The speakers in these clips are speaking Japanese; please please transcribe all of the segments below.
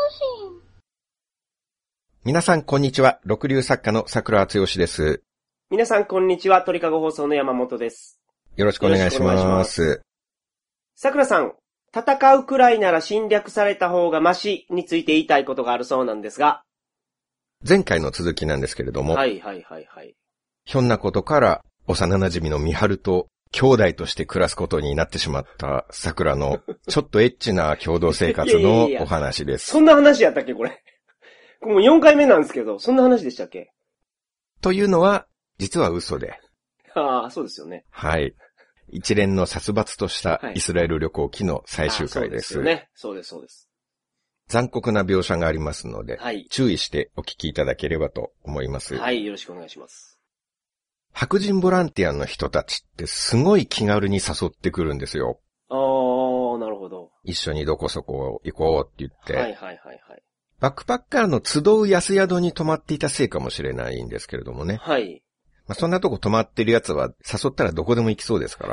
信。 皆さんこんにちは。六流作家の桜剛です。 皆さんこんにちは。鳥かご放送の山本です。 よろしくお願いします。 桜さん、戦うくらいなら侵略された方がマシについて言いたいことがあるそうなんですが。 前回の続きなんですけれども。 はい。 ひょんなことから幼馴染の美春と兄弟として暮らすことになってしまった桜のちょっとエッチな共同生活のお話です。 そんな話やったっけこれ。もう4回目なんですけど、そんな話でしたっけ？ というのは、実は嘘で。 ああ、そうですよね。 はい。一連の殺伐としたイスラエル旅行記の最終回です。 そうですよね。そうです。 残酷な描写がありますので、 はい、 注意してお聞きいただければと思います。 はい、よろしくお願いします。 白人ボランティアの人たちってすごい気軽に誘ってくるんですよ。 ああ、なるほど。 一緒にどこそこ行こうって言って。 はい。 バックパッカーの集う安宿に泊まっていたせいかもしれないんですけれどもね。 はい。 そんなとこ泊まってる奴は誘ったらどこでも行きそうですから。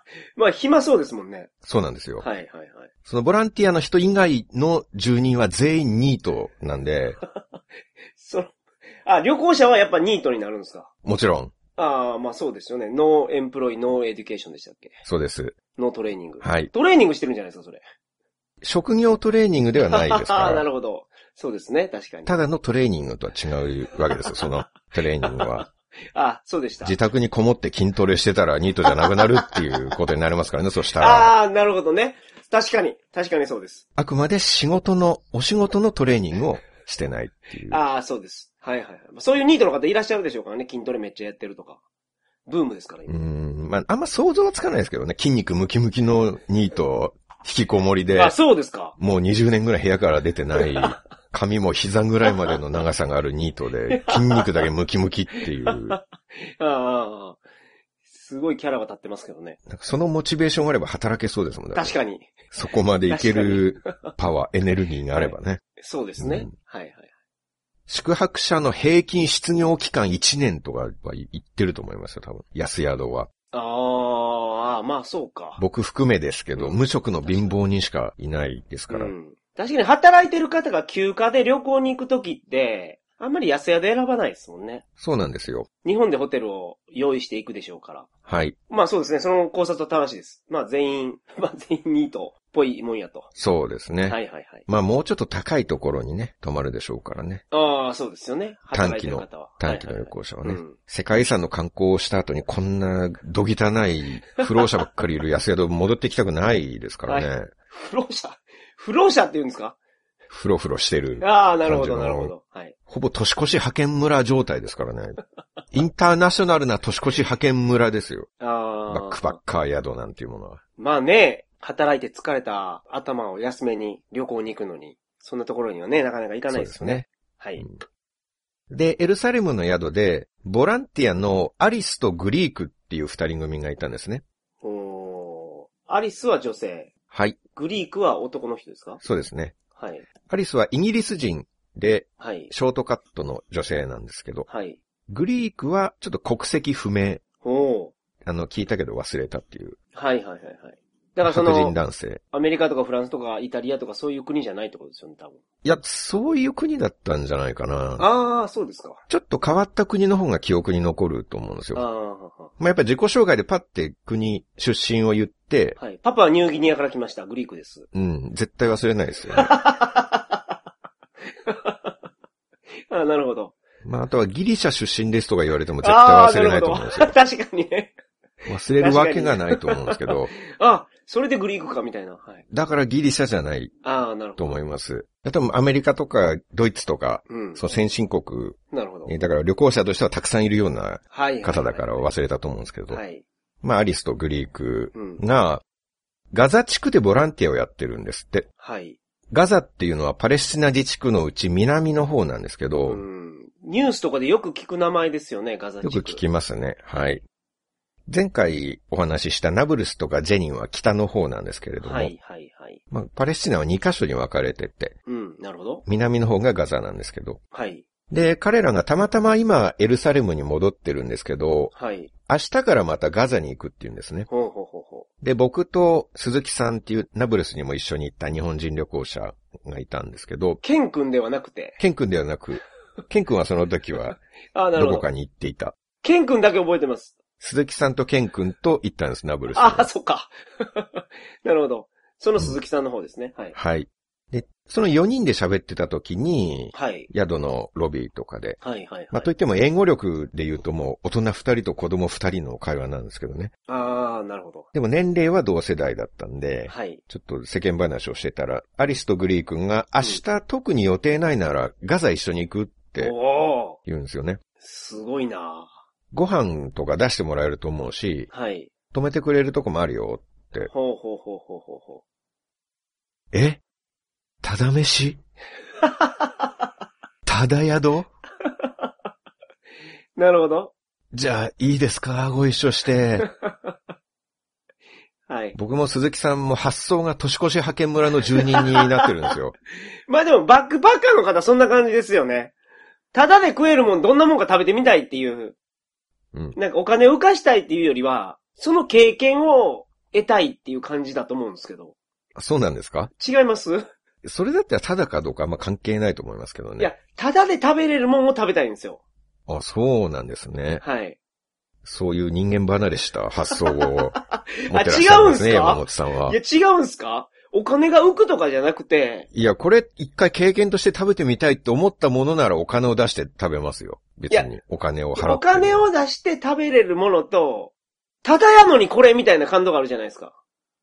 まあ暇そうですもんね。 そうなんですよ。 はい。 そのボランティアの人以外の住人は全員ニートなんで。 旅行者はやっぱニートになるんですか？ もちろん。 ああ、まあそうですよね。ノーエンプロイ、ノーエデュケーションでしたっけ？ そうです。 ノートレーニング。 はい。 トレーニングしてるんじゃないですか、それ。 職業トレーニングではないですから。 なるほど。そうですね、確かに。 ただのトレーニングとは違うわけですよ、そのトレーニングは。 あ、そうでした。 自宅にこもって筋トレしてたらニートじゃなくなるっていうことになりますからね、そしたら。 ああ、なるほどね。確かにそうです。 あくまでお仕事のトレーニングをしてないっていう。 ああ、そうです。はい。そういうニートの方いらっしゃるでしょうからね、筋トレめっちゃやってるとか。ブームですから今。 あんま想像はつかないですけどね、筋肉ムキムキのニート、引きこもりで。 あ、そうですか。 もう20年ぐらい部屋から出てない、髪も膝ぐらいまでの長さがあるニートで、筋肉だけムキムキっていう。 ああ、すごいキャラが立ってますけどね。 そのモチベーションがあれば働けそうですもんね。 確かに。 そこまでいけるパワー、エネルギーがあればね。 はい、そうですね。はい。 宿泊者の平均失業期間1年とかは言ってると思いますよ、多分。安宿は。 ああ、まあそうか。 僕含めですけど、無職の貧乏人しかいないですから。 確かに働いてる方が休暇で旅行に行くときって、あんまり安宿選ばないですもんね。 そうなんですよ。 日本でホテルを用意していくでしょうから。 はい。 まあそうですね、その考察は正しいです。全員ニートっぽいもんやと。 そうですね。 はい。 もうちょっと高いところにね、泊まるでしょうからね。 ああ、そうですよね。 短期の旅行者はね。世界遺産の観光をした後にこんなどぎたない不老者ばっかりいる安宿戻ってきたくないですからね。はい、 不老者って言うんですか？ ふろふろしてる。 ああ、なるほど。はい。 ほぼ年越し派遣村状態ですからね。インターナショナルな年越し派遣村ですよ。バックパッカー宿なんていうものは。 まあね、働いて疲れた頭を休めに旅行に行くのに、そんなところにはね、なかなか行かないですよね。はい。 で、エルサレムの宿で、ボランティアのアリスとグリークっていう二人組がいたんですね。 アリスは女性。 はい。 グリークは男の人ですか？ そうですね。 はい。 アリスはイギリス人で、 はい。 ショートカットの女性なんですけど、 はい。 グリークはちょっと国籍不明。 お聞いたけど忘れたっていう。 はい。だから白人男性。 アメリカとかフランスとかイタリアとかそういう国じゃないってことですよね、多分。 いや、そういう国だったんじゃないかな。 ああ、そうですか。 ちょっと変わった国の方が記憶に残ると思うんですよ。やっぱり自己紹介でパッて国出身を言って、 はい。パパはニューギニアから来ました。グリークです。 絶対忘れないですよね。 なるほど。 あとはギリシャ出身ですとか言われても絶対忘れないと思うんですよ。 確かにね。 忘れるわけがないと思うんですけど。 それでグリークかみたいな。はい。 だからギリシャじゃないと思います。多分アメリカとかドイツとか、その先進国。 なるほど。 だから旅行者としてはたくさんいるような方だから忘れたと思うんですけど。はい。アリスとグリークが、ガザ地区でボランティアをやってるんですって。 はい。 ガザっていうのはパレスチナ自治区のうち南の方なんですけど。 ニュースとかでよく聞く名前ですよね、ガザ地区。 よく聞きますね。はい。前回お話ししたナブルスとかジェニンは北の方なんですけれども。はい。パレスチナは2カ所に分かれてて。 なるほど。 南の方がガザなんですけど。 はい。 で、彼らがたまたま今エルサレムに戻ってるんですけど。 はい。 明日からまたガザに行くっていうんですね。で、僕と鈴木さんっていうナブルスにも一緒に行った日本人旅行者がいたんですけど。 ケン君ではなくて。 ケン君ではなく、ケン君はその時は、どこかに行っていた。 ケン君だけ覚えてます。 鈴木さんとケン君と行ったんです、ナブルス。 そっか。なるほど。その鈴木さんの方ですね。はい。 はい。で、その4人で喋ってた時に、 はい。 宿のロビーとかで。 はいはい、はい。 まあ、といっても英語力で言うともう大人2人と子供2人の会話なんですけどね。 なるほど。 でも年齢は同世代だったんで、 はい。 ちょっと世間話をしてたら、アリスとグリー君が明日特に予定ないならガザ一緒に行くって言うんですよね。 すごいな。 ご飯とか出してもらえると思うし、 はい。 泊めてくれるとこもあるよって。 ほう。 ただ飯ただ宿なるほど。 じゃあ、いいですかご一緒して。 はい。 僕も鈴木さんも発想が年越し派遣村の住人になってるんですよ。 まあでもバックパッカーの方そんな感じですよね。ただで食えるもんどんなもんか食べてみたいっていう。なんかお金を浮かしたいっていうよりは、その経験を得たいっていう感じだと思うんですけど。 そうなんですか？ 違います？ それだったらただかどうかあんま関係ないと思いますけどね。 いや、ただで食べれるもんを食べたいんですよ。 そうなんですね。 はい。 そういう人間離れした発想を持ってらっしゃるんですね、 違うんすか？ 山本さんは。 いや、違うんすか？お金が浮くとかじゃなくて。 いや、これ一回経験として食べてみたいって思ったものならお金を出して食べますよ。別にお金を払って。 お金を出して食べれるものと、ただやのにこれみたいな感動があるじゃないですか。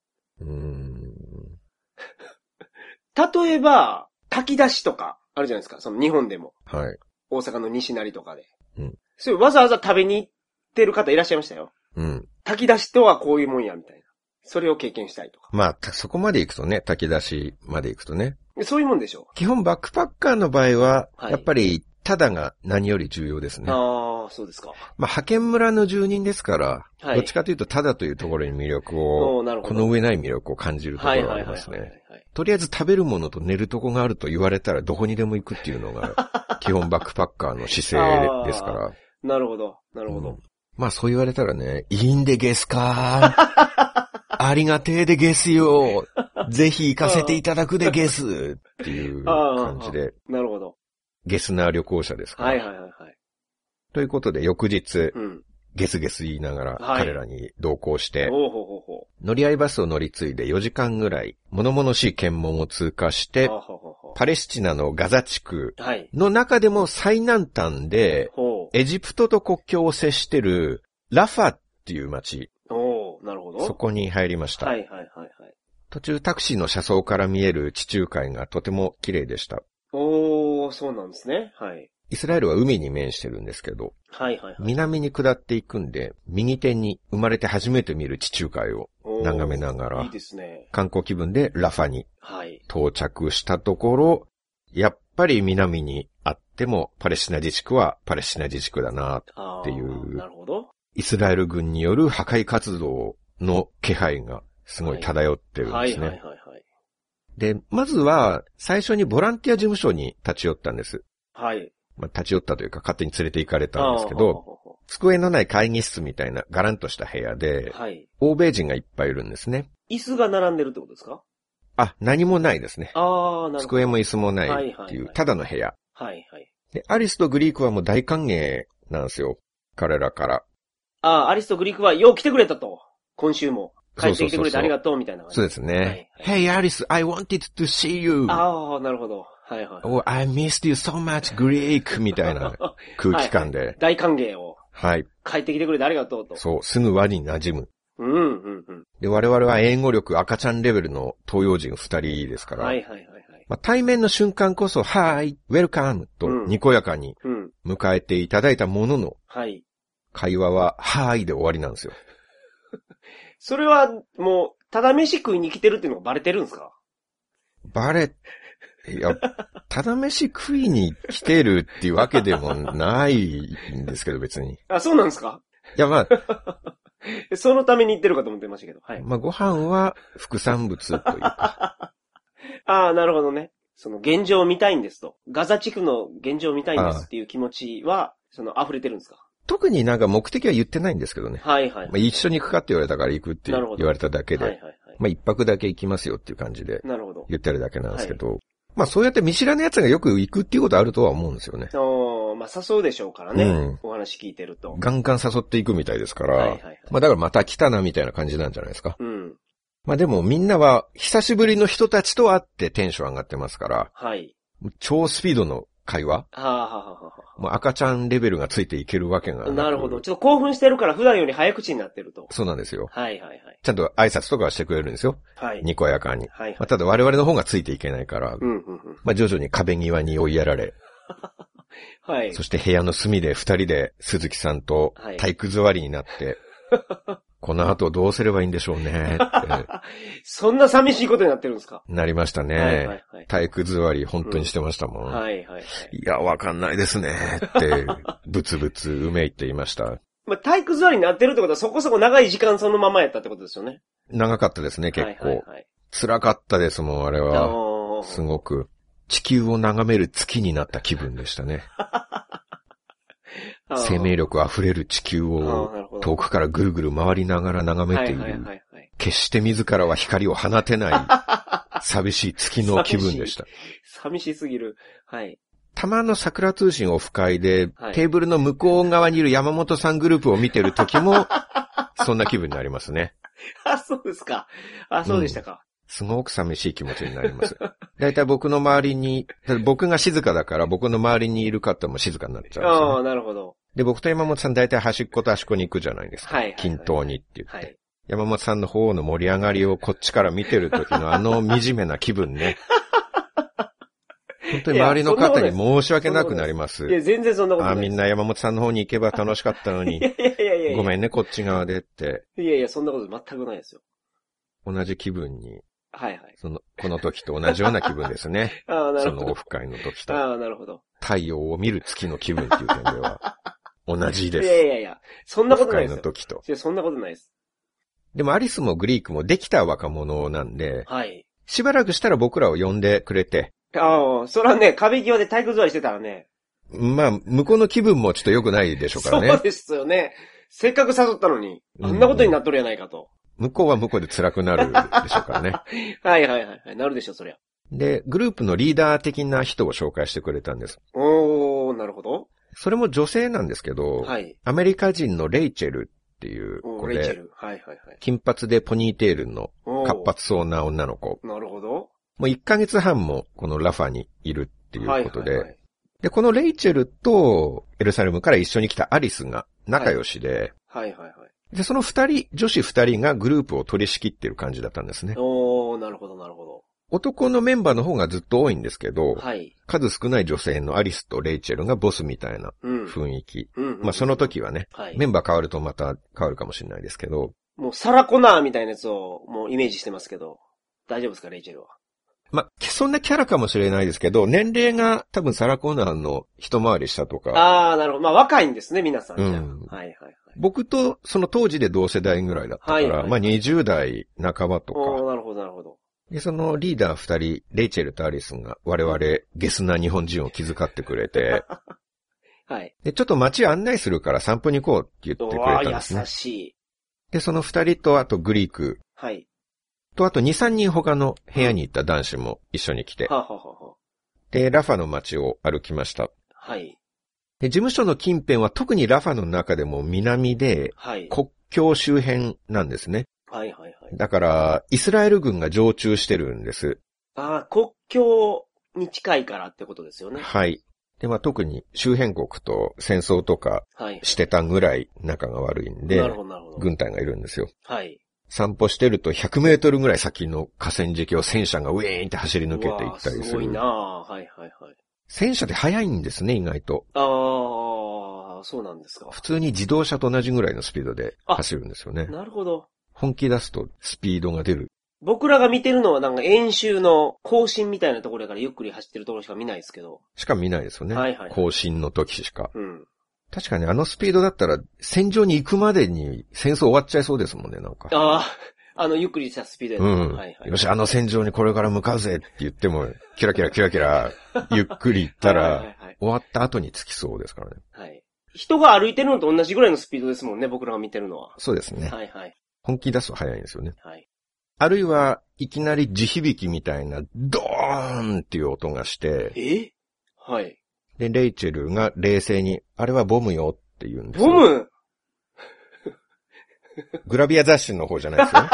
例えば、炊き出しとかあるじゃないですか。その日本でも。 はい。 大阪の西成とかで。 それわざわざ食べに行ってる方いらっしゃいましたよ。炊き出しとはこういうもんや、みたいな。それを経験したいとか。 まあ、そこまで行くとね、炊き出しまで行くとね。 そういうもんでしょう。 基本バックパッカーの場合は、やっぱり、ただが何より重要ですね。 そうですか。 まあ、派遣村の住人ですから、どっちかというとただというところに魅力を、この上ない魅力を感じるところがありますね。とりあえず食べるものと寝るとこがあると言われたらどこにでも行くっていうのが、基本バックパッカーの姿勢ですから。 なるほど。 まあそう言われたらね、いいんでゲスかありがてえでゲスよぜひ行かせていただくでゲスっていう感じで。 なるほど。 ゲスな旅行者ですから。 はい。 ということで翌日、ゲスゲス言いながら彼らに同行して、乗り合いバスを乗り継いで4時間ぐらい、物々しい検問を通過して、パレスチナのガザ地区の中でも最南端で、エジプトと国境を接してるラファっていう町。 なるほど。 そこに入りました。 はい。 途中タクシーの車窓から見える地中海がとても綺麗でした。 そうなんですね。はい。 イスラエルは海に面してるんですけど、南に下っていくんで、右手に生まれて初めて見る地中海を眺めながら、 いいですね。 観光気分でラファに到着したところ、やっぱり南にあってもパレスチナ自治区はパレスチナ自治区だなっていう、 なるほど。 イスラエル軍による破壊活動の気配がすごい漂ってるんですね。で、まずは最初にボランティア事務所に立ち寄ったんです。 はい。 立ち寄ったというか勝手に連れて行かれたんですけど、机のない会議室みたいなガランとした部屋で、欧米人がいっぱいいるんですね。 椅子が並んでるってことですか？ 何もないですね。 なるほど。 机も椅子もないっていう、ただの部屋。で、アリスとグリークはもう大歓迎なんですよ。彼らから。 アリスとグリークはよう来てくれたと。今週も。帰ってきてくれてありがとうみたいな感じ。 そうですね。Hey, Alice, I wanted to see you. なるほど。 Oh, I missed you so much, Greek みたいな空気感で。 大歓迎を。 はい。 帰ってきてくれてありがとうと。 そう、すぐ輪に馴染む。で、我々は英語力赤ちゃんレベルの東洋人2人ですから。対面の瞬間こそ、Hi, welcome とにこやかに迎えていただいたものの、会話は Hi で終わりなんですよ。 それはもう、ただ飯食いに来てるっていうのがバレてるんですか？ いや、ただ飯食いに来てるっていうわけでもないんですけど、別に。 そうなんですか？ いや、 そのために行ってるかと思ってましたけど。 ご飯は副産物というか。 なるほどね。その現状を見たいんですと。ガザ地区の現状を見たいんですっていう気持ちは、溢れてるんですか？ 特になんか目的は言ってないんですけどね。一緒に行くかって言われたから行くって言われただけで。一泊だけ行きますよっていう感じで。言ってるだけなんですけど。 まあそうやって見知らぬ奴がよく行くっていうことあるとは思うんですよね。 まあ誘うでしょうからね。うん、お話聞いてると。 ガンガン誘っていくみたいですから。はいはいはい、まあだからまた来たなみたいな感じなんじゃないですか。うん。まあでもみんなは久しぶりの人たちと会ってテンション上がってますから。はい。超スピードの会話。もう赤ちゃんレベルがついていけるわけがなるほど。ちょっと興奮してるから普段より早口になってると。 そうなんですよ。 はいはいはい。 ちゃんと挨拶とかはしてくれるんですよ。はい。にこやかに。はい、はい。まあ、ただ我々の方がついていけないから。うんうんうん。まあ徐々に壁際に追いやられ。はい。そして部屋の隅で二人で鈴木さんと体育座りになって。はい、この後どうすればいいんでしょうねって。 そんな寂しいことになってるんですか？ なりましたね。はいはいはい、体育座り本当にしてましたもん。うん、はいはいはい。いや、わかんないですねって、ブツブツうめいって言いました。 まあ、体育座りになってるってことはそこそこ長い時間そのままやったってことですよね。 長かったですね、結構。はいはいはい、辛かったですもん、あれは。すごく。地球を眺める月になった気分でしたね。生命力あふれる地球を遠くからぐるぐる回りながら眺めている。決して自らは光を放てない寂しい月の気分でした。 寂しすぎる。はい。 たまの桜通信オフ会で、はい、テーブルの向こう側にいる山本さんグループを見てる時も、そんな気分になりますね。 あ、そうですか。あ、そうでしたか。 すごく寂しい気持ちになります。だいたい僕の周りに、僕が静かだから僕の周りにいる方も静かになっちゃうんですよ、ね。 ああ、なるほど。 で、僕と山本さんだいたい端っこと端っこに行くじゃないですか。はいはいはい、均等にって言って、はい。山本さんの方の盛り上がりをこっちから見てる時の惨めな気分ね。本当に周りの方に申し訳なくなります。 いや、全然そんなことない。 みんな山本さんの方に行けば楽しかったのに。いやごめんね、こっち側でって。 いやいや、そんなこと全くないですよ。 同じ気分に。 はいはい。 この時と同じような気分ですね。 ああ、なるほど。 そのオフ会の時と。 ああ、なるほど。 太陽を見る月の気分っていう点では、同じです。 いや、そんなことないですよ。 オフ会の時と。 いや、そんなことないです。 でもアリスもグリークもできた若者なんで、はい。しばらくしたら僕らを呼んでくれて。 ああ、そらね、壁際で体育座りしてたらね。 まあ、向こうの気分もちょっと良くないでしょうからね。 そうですよね。せっかく誘ったのに、あんなことになっとるやないかと。 向こうは向こうで辛くなるでしょうからね。 はいはいはい。なるでしょ、そりゃ。 で、グループのリーダー的な人を紹介してくれたんです。 おー、なるほど。 それも女性なんですけど、はい、アメリカ人のレイチェルっていう子で、 レイチェル。はいはいはい。 金髪でポニーテールの活発そうな女の子。 なるほど。 もう1ヶ月半もこのラファにいるっていうことで、はいはいはい、で、このレイチェルとエルサレムから一緒に来たアリスが仲良しで、 はいはいはい。 で、その女子二人がグループを取り仕切ってる感じだったんですね。 おー、なるほどなるほど。 男のメンバーの方がずっと多いんですけど、はい、数少ない女性のアリスとレイチェルがボスみたいな雰囲気。まあその時はね、はい、メンバー変わるとまた変わるかもしれないですけど。 もうサラコナーみたいなやつをもうイメージしてますけど、大丈夫ですか、レイチェルは。 まあ、そんなキャラかもしれないですけど、年齢が多分サラコナーの一回り下とか。 ああ、なるほど。まあ若いんですね、皆さん。はいはいはい。 僕とその当時で同世代ぐらいだったから、はいはい、まあ20代半ばとか。 なるほどなるほど。 で、そのリーダー二人、レイチェルとアリスが我々ゲスな日本人を気遣ってくれて、はい。で、ちょっと街案内するから散歩に行こうって言ってくれたんですね。 優しい。 で、その二人とあとグリーク。はい。と、あと2、3人他の部屋に行った男子も一緒に来て。で、ラファの街を歩きました。はい。で、事務所の近辺は特にラファの中でも南で、国境周辺なんですね。はいはいはい。だから、イスラエル軍が常駐してるんです。 ああ、国境に近いからってことですよね。 はい。で、まあ特に周辺国と戦争とかしてたぐらい仲が悪いんで、軍隊がいるんですよ。はい。散歩してると100メートルぐらい先の河川敷を戦車がウィーンって走り抜けていったりする。すごいなぁ。はいはいはい。戦車で速いんですね、意外と。 ああ、そうなんですか。 普通に自動車と同じぐらいのスピードで走るんですよね。 なるほど。 本気出すとスピードが出る。 僕らが見てるのはなんか演習の更新みたいなところからゆっくり走ってるところしか見ないですけど。 しか見ないですよね。はいはい。更新の時しか。うん。確かにあのスピードだったら戦場に行くまでに戦争終わっちゃいそうですもんね、なんか。 ああ、ゆっくりしたスピードやうん。はいはい。よし、あの戦場にこれから向かうぜって言っても、キラキラキラキラ、ゆっくり行ったら、終わった後に着きそうですからね。はい。 人が歩いてるのと同じぐらいのスピードですもんね、僕らが見てるのは。 そうですね。はいはい。本気出すと早いんですよね。はい。 あるいはいきなり地響きみたいなドーンっていう音がして、 はい。 で、レイチェルが冷静に、あれはボムよって言うんですよ。 ボムグラビア雑誌の方じゃないですよ。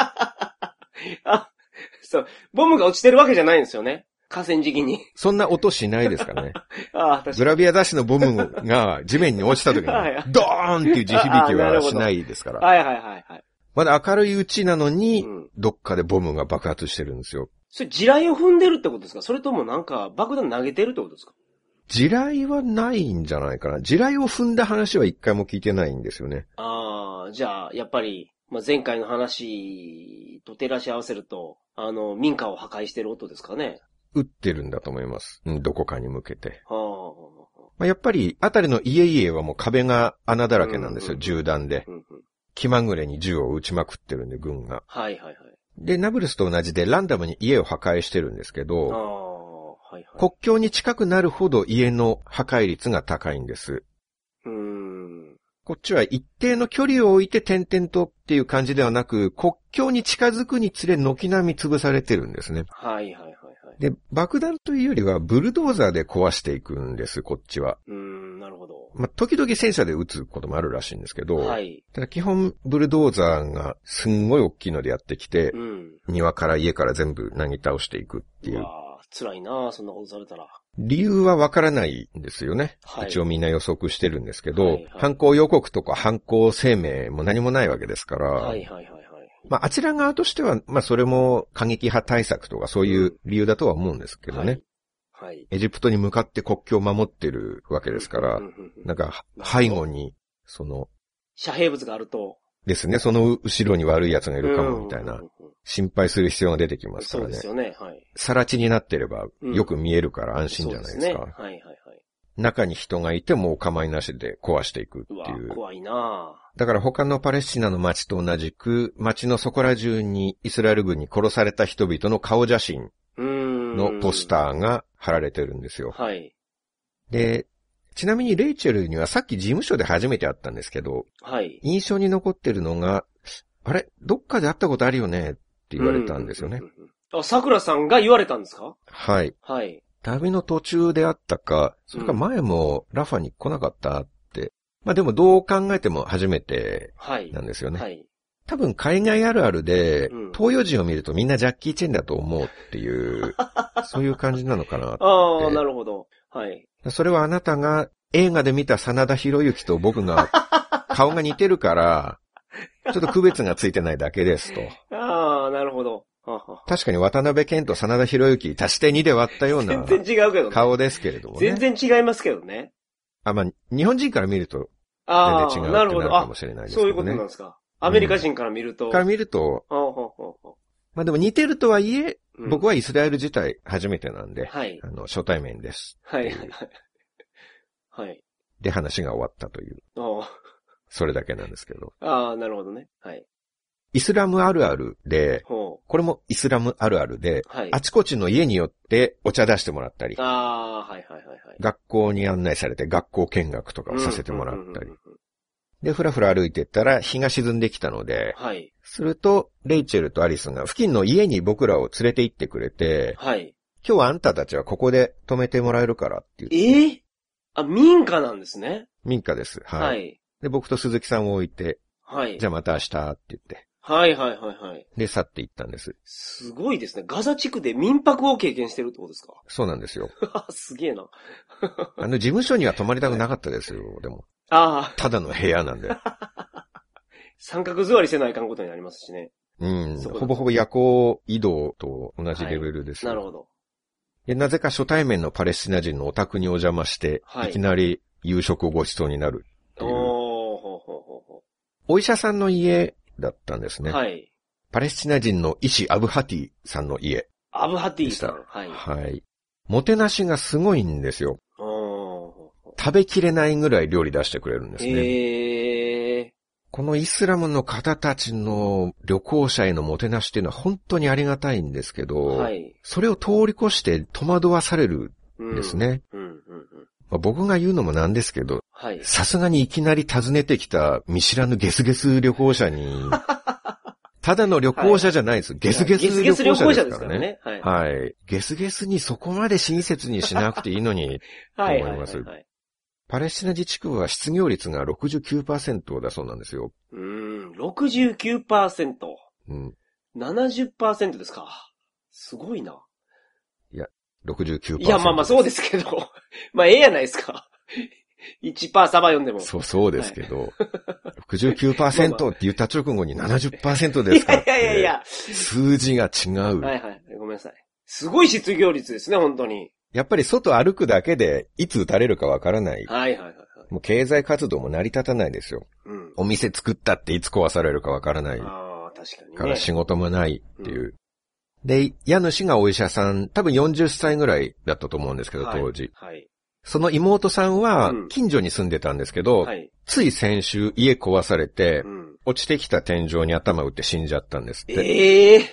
そう。ボムが落ちてるわけじゃないんですよね。河川敷に。 そんな音しないですからね。 確かに。 グラビア雑誌のボムが地面に落ちた時に、ドーンっていう地響きはしないですから。 はいはいはいはい。 まだ明るいうちなのに、どっかでボムが爆発してるんですよ。 それ地雷を踏んでるってことですか？それともなんか爆弾投げてるってことですか？ 地雷はないんじゃないかな。地雷を踏んだ話は一回も聞いてないんですよね。 じゃあ、やっぱり、前回の話と照らし合わせると、民家を破壊してる音ですかね。 撃ってるんだと思います。どこかに向けて。やっぱり、あたりの家々はもう壁が穴だらけなんですよ、銃弾で。気まぐれに銃を撃ちまくってるんで、軍が。 はいはいはい。 で、ナブルスと同じでランダムに家を破壊してるんですけど、国境に近くなるほど家の破壊率が高いんです。こっちは一定の距離を置いて点々とっていう感じではなく、国境に近づくにつれ軒並み潰されてるんですね。 はいはいはい。 で、爆弾というよりはブルドーザーで壊していくんです、こっちは。 なるほど。 時々戦車で撃つこともあるらしいんですけど、ただ基本ブルドーザーがすんごい大きいのでやってきて、庭から家から全部なぎ倒していくっていう。 辛いなぁ、そんなことされたら。 理由はわからないんですよね。一応みんな予測してるんですけど、犯行予告とか犯行声明も何もないわけですから、あちら側としては、それも過激派対策とかそういう理由だとは思うんですけどね。エジプトに向かって国境を守ってるわけですから、なんか背後に、 遮蔽物があると。 ですね、その後ろに悪い奴がいるかもみたいな、心配する必要が出てきますからね。 そうですよね、はい。 更地になってればよく見えるから安心じゃないですか。中に人がいてもお構いなしで壊していくっていう。 怖いなぁ。 だから他のパレスチナの町と同じく、町のそこら中にイスラエル軍に殺された人々の顔写真のポスターが貼られてるんですよ。で、ちなみにレイチェルにはさっき事務所で初めて会ったんですけど、印象に残ってるのが、あれ、どっかで会ったことあるよねって言われたんですよね。 桜さんが言われたんですか？ はい。旅の途中であったか、それか前もラファに来なかったって。でもどう考えても初めてなんですよね。多分海外あるあるで、東洋人を見るとみんなジャッキー・チェンだと思うっていう、そういう感じなのかなって。 なるほど。 それはあなたが映画で見た真田広之と僕が顔が似てるから、ちょっと区別がついてないだけですと。 なるほど。 確かに渡辺謙と真田広之足して2で割ったような全然違うけど顔ですけれどもね。 全然違いますけどね。 日本人から見ると全然違うってなるかもしれないですけどね。 そういうことなんですか。アメリカ人から見ると。 でも似てるとはいえ、僕はイスラエル自体初めてなんで、初対面です。で、話が終わったという。それだけなんですけど。 なるほどね。 イスラムあるあるで、これもイスラムあるあるで、あちこちの家によってお茶出してもらったり、学校に案内されて学校見学とかをさせてもらったり、で、ふらふら歩いてったら日が沈んできたので、すると、レイチェルとアリスが付近の家に僕らを連れて行ってくれて、今日はあんたたちはここで泊めてもらえるからって言って。 民家なんですね。 民家です。で、僕と鈴木さんを置いて、じゃあまた明日って言って。で、去って行ったんです。 すごいですね。ガザ地区で民泊を経験してるってことですか？ そうなんですよ。 すげえな。 事務所には泊まりたくなかったですよ、でも。ただの部屋なんで。 三角座りせないかんことになりますしね。 ほぼほぼ夜行移動と同じレベルですよ。 なるほど。 で、なぜか初対面のパレスチナ人のお宅にお邪魔して、いきなり夕食をご馳走になるっていう。お医者さんの家だったんですね。パレスチナ人の医師アブハティさんの家。 アブハティさん。 もてなしがすごいんですよ。食べきれないぐらい料理出してくれるんですね。このイスラムの方たちの旅行者へのもてなしっていうのは本当にありがたいんですけど、それを通り越して戸惑わされるんですね。僕が言うのもなんですけど、さすがにいきなり訪ねてきた見知らぬゲスゲス旅行者に、 ただの旅行者じゃないです。ゲスゲス旅行者ですからね。 はい。 ゲスゲスにそこまで親切にしなくていいのに、と思います。パレスチナ自治区は失業率が 69% だそうなんですよ。 69%。 うん。 70% ですか。すごいな。 いや、69%。 いや、まあそうですけど。まあええやないですか。1%サバ読んでも。 そうですけど。69% って言った直後に 70% ですかって。 いや。 数字が違う。 はい。ごめんなさい。すごい失業率ですね、本当に。 やっぱり外歩くだけでいつ撃たれるかわからない。 はい。 もう経済活動も成り立たないですよ。 うん。 お店作ったっていつ壊されるかわからない。 ああ、確かにね。 から仕事もないっていう。で、家主がお医者さん、多分40歳ぐらいだったと思うんですけど、当時。 はい。 その妹さんは近所に住んでたんですけど、つい先週家壊されて、落ちてきた天井に頭打って死んじゃったんですって。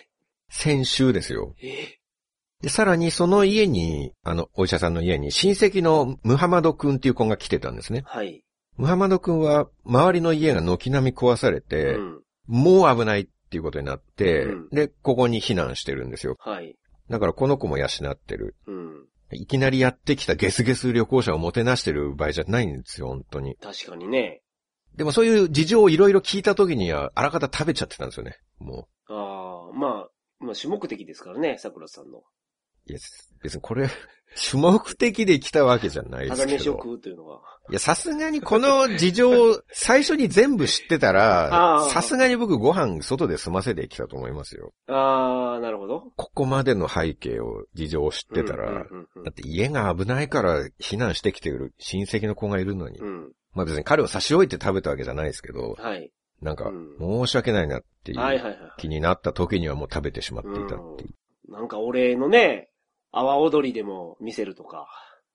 先週ですよ。で、さらにその家に、お医者さんの家に親戚のムハマド君っていう子が来てたんですね。 はい。 ムハマド君は周りの家が軒並み壊されて、もう危ないっていうことになって、で、ここに避難してるんですよ。 はい。 だからこの子も養ってる。いきなりやってきたゲスゲス旅行者をもてなしてる場合じゃないんですよ、本当に。 確かにね。 でもそういう事情をいろいろ聞いた時には、あらかた食べちゃってたんですよね、もう。まあ、主目的ですからね、桜さんの。 いや、別にこれ、主目的で来たわけじゃないですけど。 ただ飯を食うというのは。 いや、さすがにこの事情、最初に全部知ってたら、さすがに僕ご飯外で済ませてきたと思いますよ。 なるほど。 ここまでの背景を、事情を知ってたら、だって家が危ないから避難してきている親戚の子がいるのに、まあ別に彼を差し置いて食べたわけじゃないですけど、なんか、申し訳ないなっていう気になった時にはもう食べてしまっていたっていう。 なんか俺のね、阿波踊りでも見せるとか。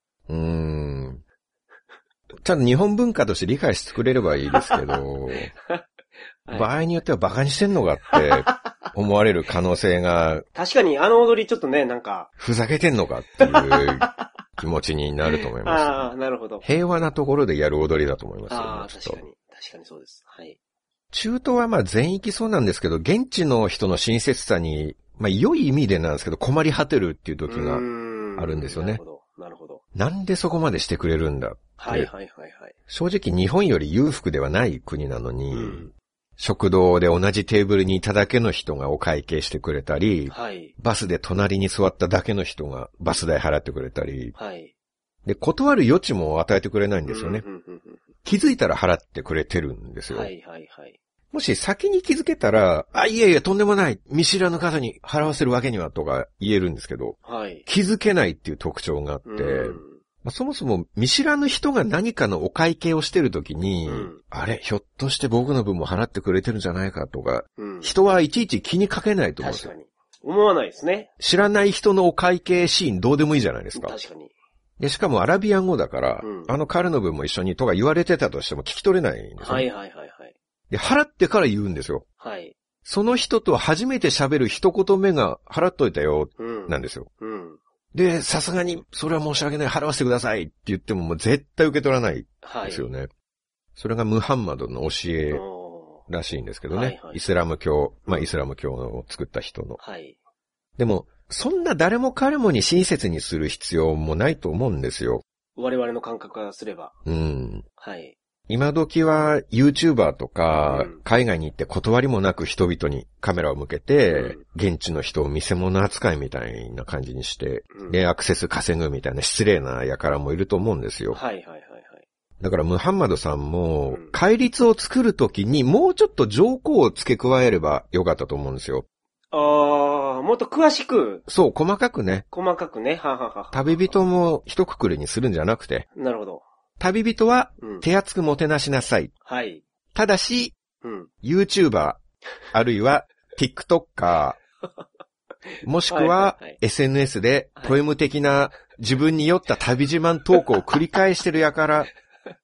ちゃんと日本文化として理解してくれればいいですけど、場合によってはバカにしてんのかって思われる可能性が。 確かに踊りちょっとね、なんか。 ふざけてんのかっていう気持ちになると思います、 なるほど。 平和なところでやる踊りだと思いますよ。確かにそうです。はい。 中東はまあ全域そうなんですけど、現地の人の親切さに、まあ良い意味でなんですけど困り果てるっていう時があるんですよね。 なるほど。 なんでそこまでしてくれるんだって。 はい。 正直日本より裕福ではない国なのに、食堂で同じテーブルにいただけの人がお会計してくれたり、バスで隣に座っただけの人がバス代払ってくれたり、で、断る余地も与えてくれないんですよね。気づいたら払ってくれてるんですよ。もし先に気づけたら、いえ、とんでもない。見知らぬ方に払わせるわけにはとか言えるんですけど、気づけないっていう特徴があって、そもそも見知らぬ人が何かのお会計をしてるときに、あれ、ひょっとして僕の分も払ってくれてるんじゃないかとか、人はいちいち気にかけないと思うんですよ。 確かに。思わないですね。 知らない人のお会計シーンどうでもいいじゃないですか。 確かに。 で、しかもアラビア語だから、彼の分も一緒にとか言われてたとしても聞き取れないんですよ、ね。で、払ってから言うんですよ。その人と初めて喋る一言目が払っといたよ、なんですよ。で、さすがに、それは申し訳ない、払わせてくださいって言ってももう絶対受け取らないですよね。それがムハンマドの教えらしいんですけどね。イスラム教、イスラム教を作った人の。でも、そんな誰も彼もに親切にする必要もないと思うんですよ。 我々の感覚からすれば。 今時は YouTuber とか、海外に行って断りもなく人々にカメラを向けて、現地の人を見せ物扱いみたいな感じにして、で、アクセス稼ぐみたいな失礼な輩もいると思うんですよ。だからムハンマドさんも、戒律を作るときにもうちょっと条項を付け加えればよかったと思うんですよ。 もっと詳しく。 そう、細かくね。旅人も一括りにするんじゃなくて。 なるほど。 旅人は手厚くもてなしなさい。ただし、YouTuber、あるいは TikToker、もしくは SNS でポエム的な自分に酔った旅自慢投稿を繰り返してるやから、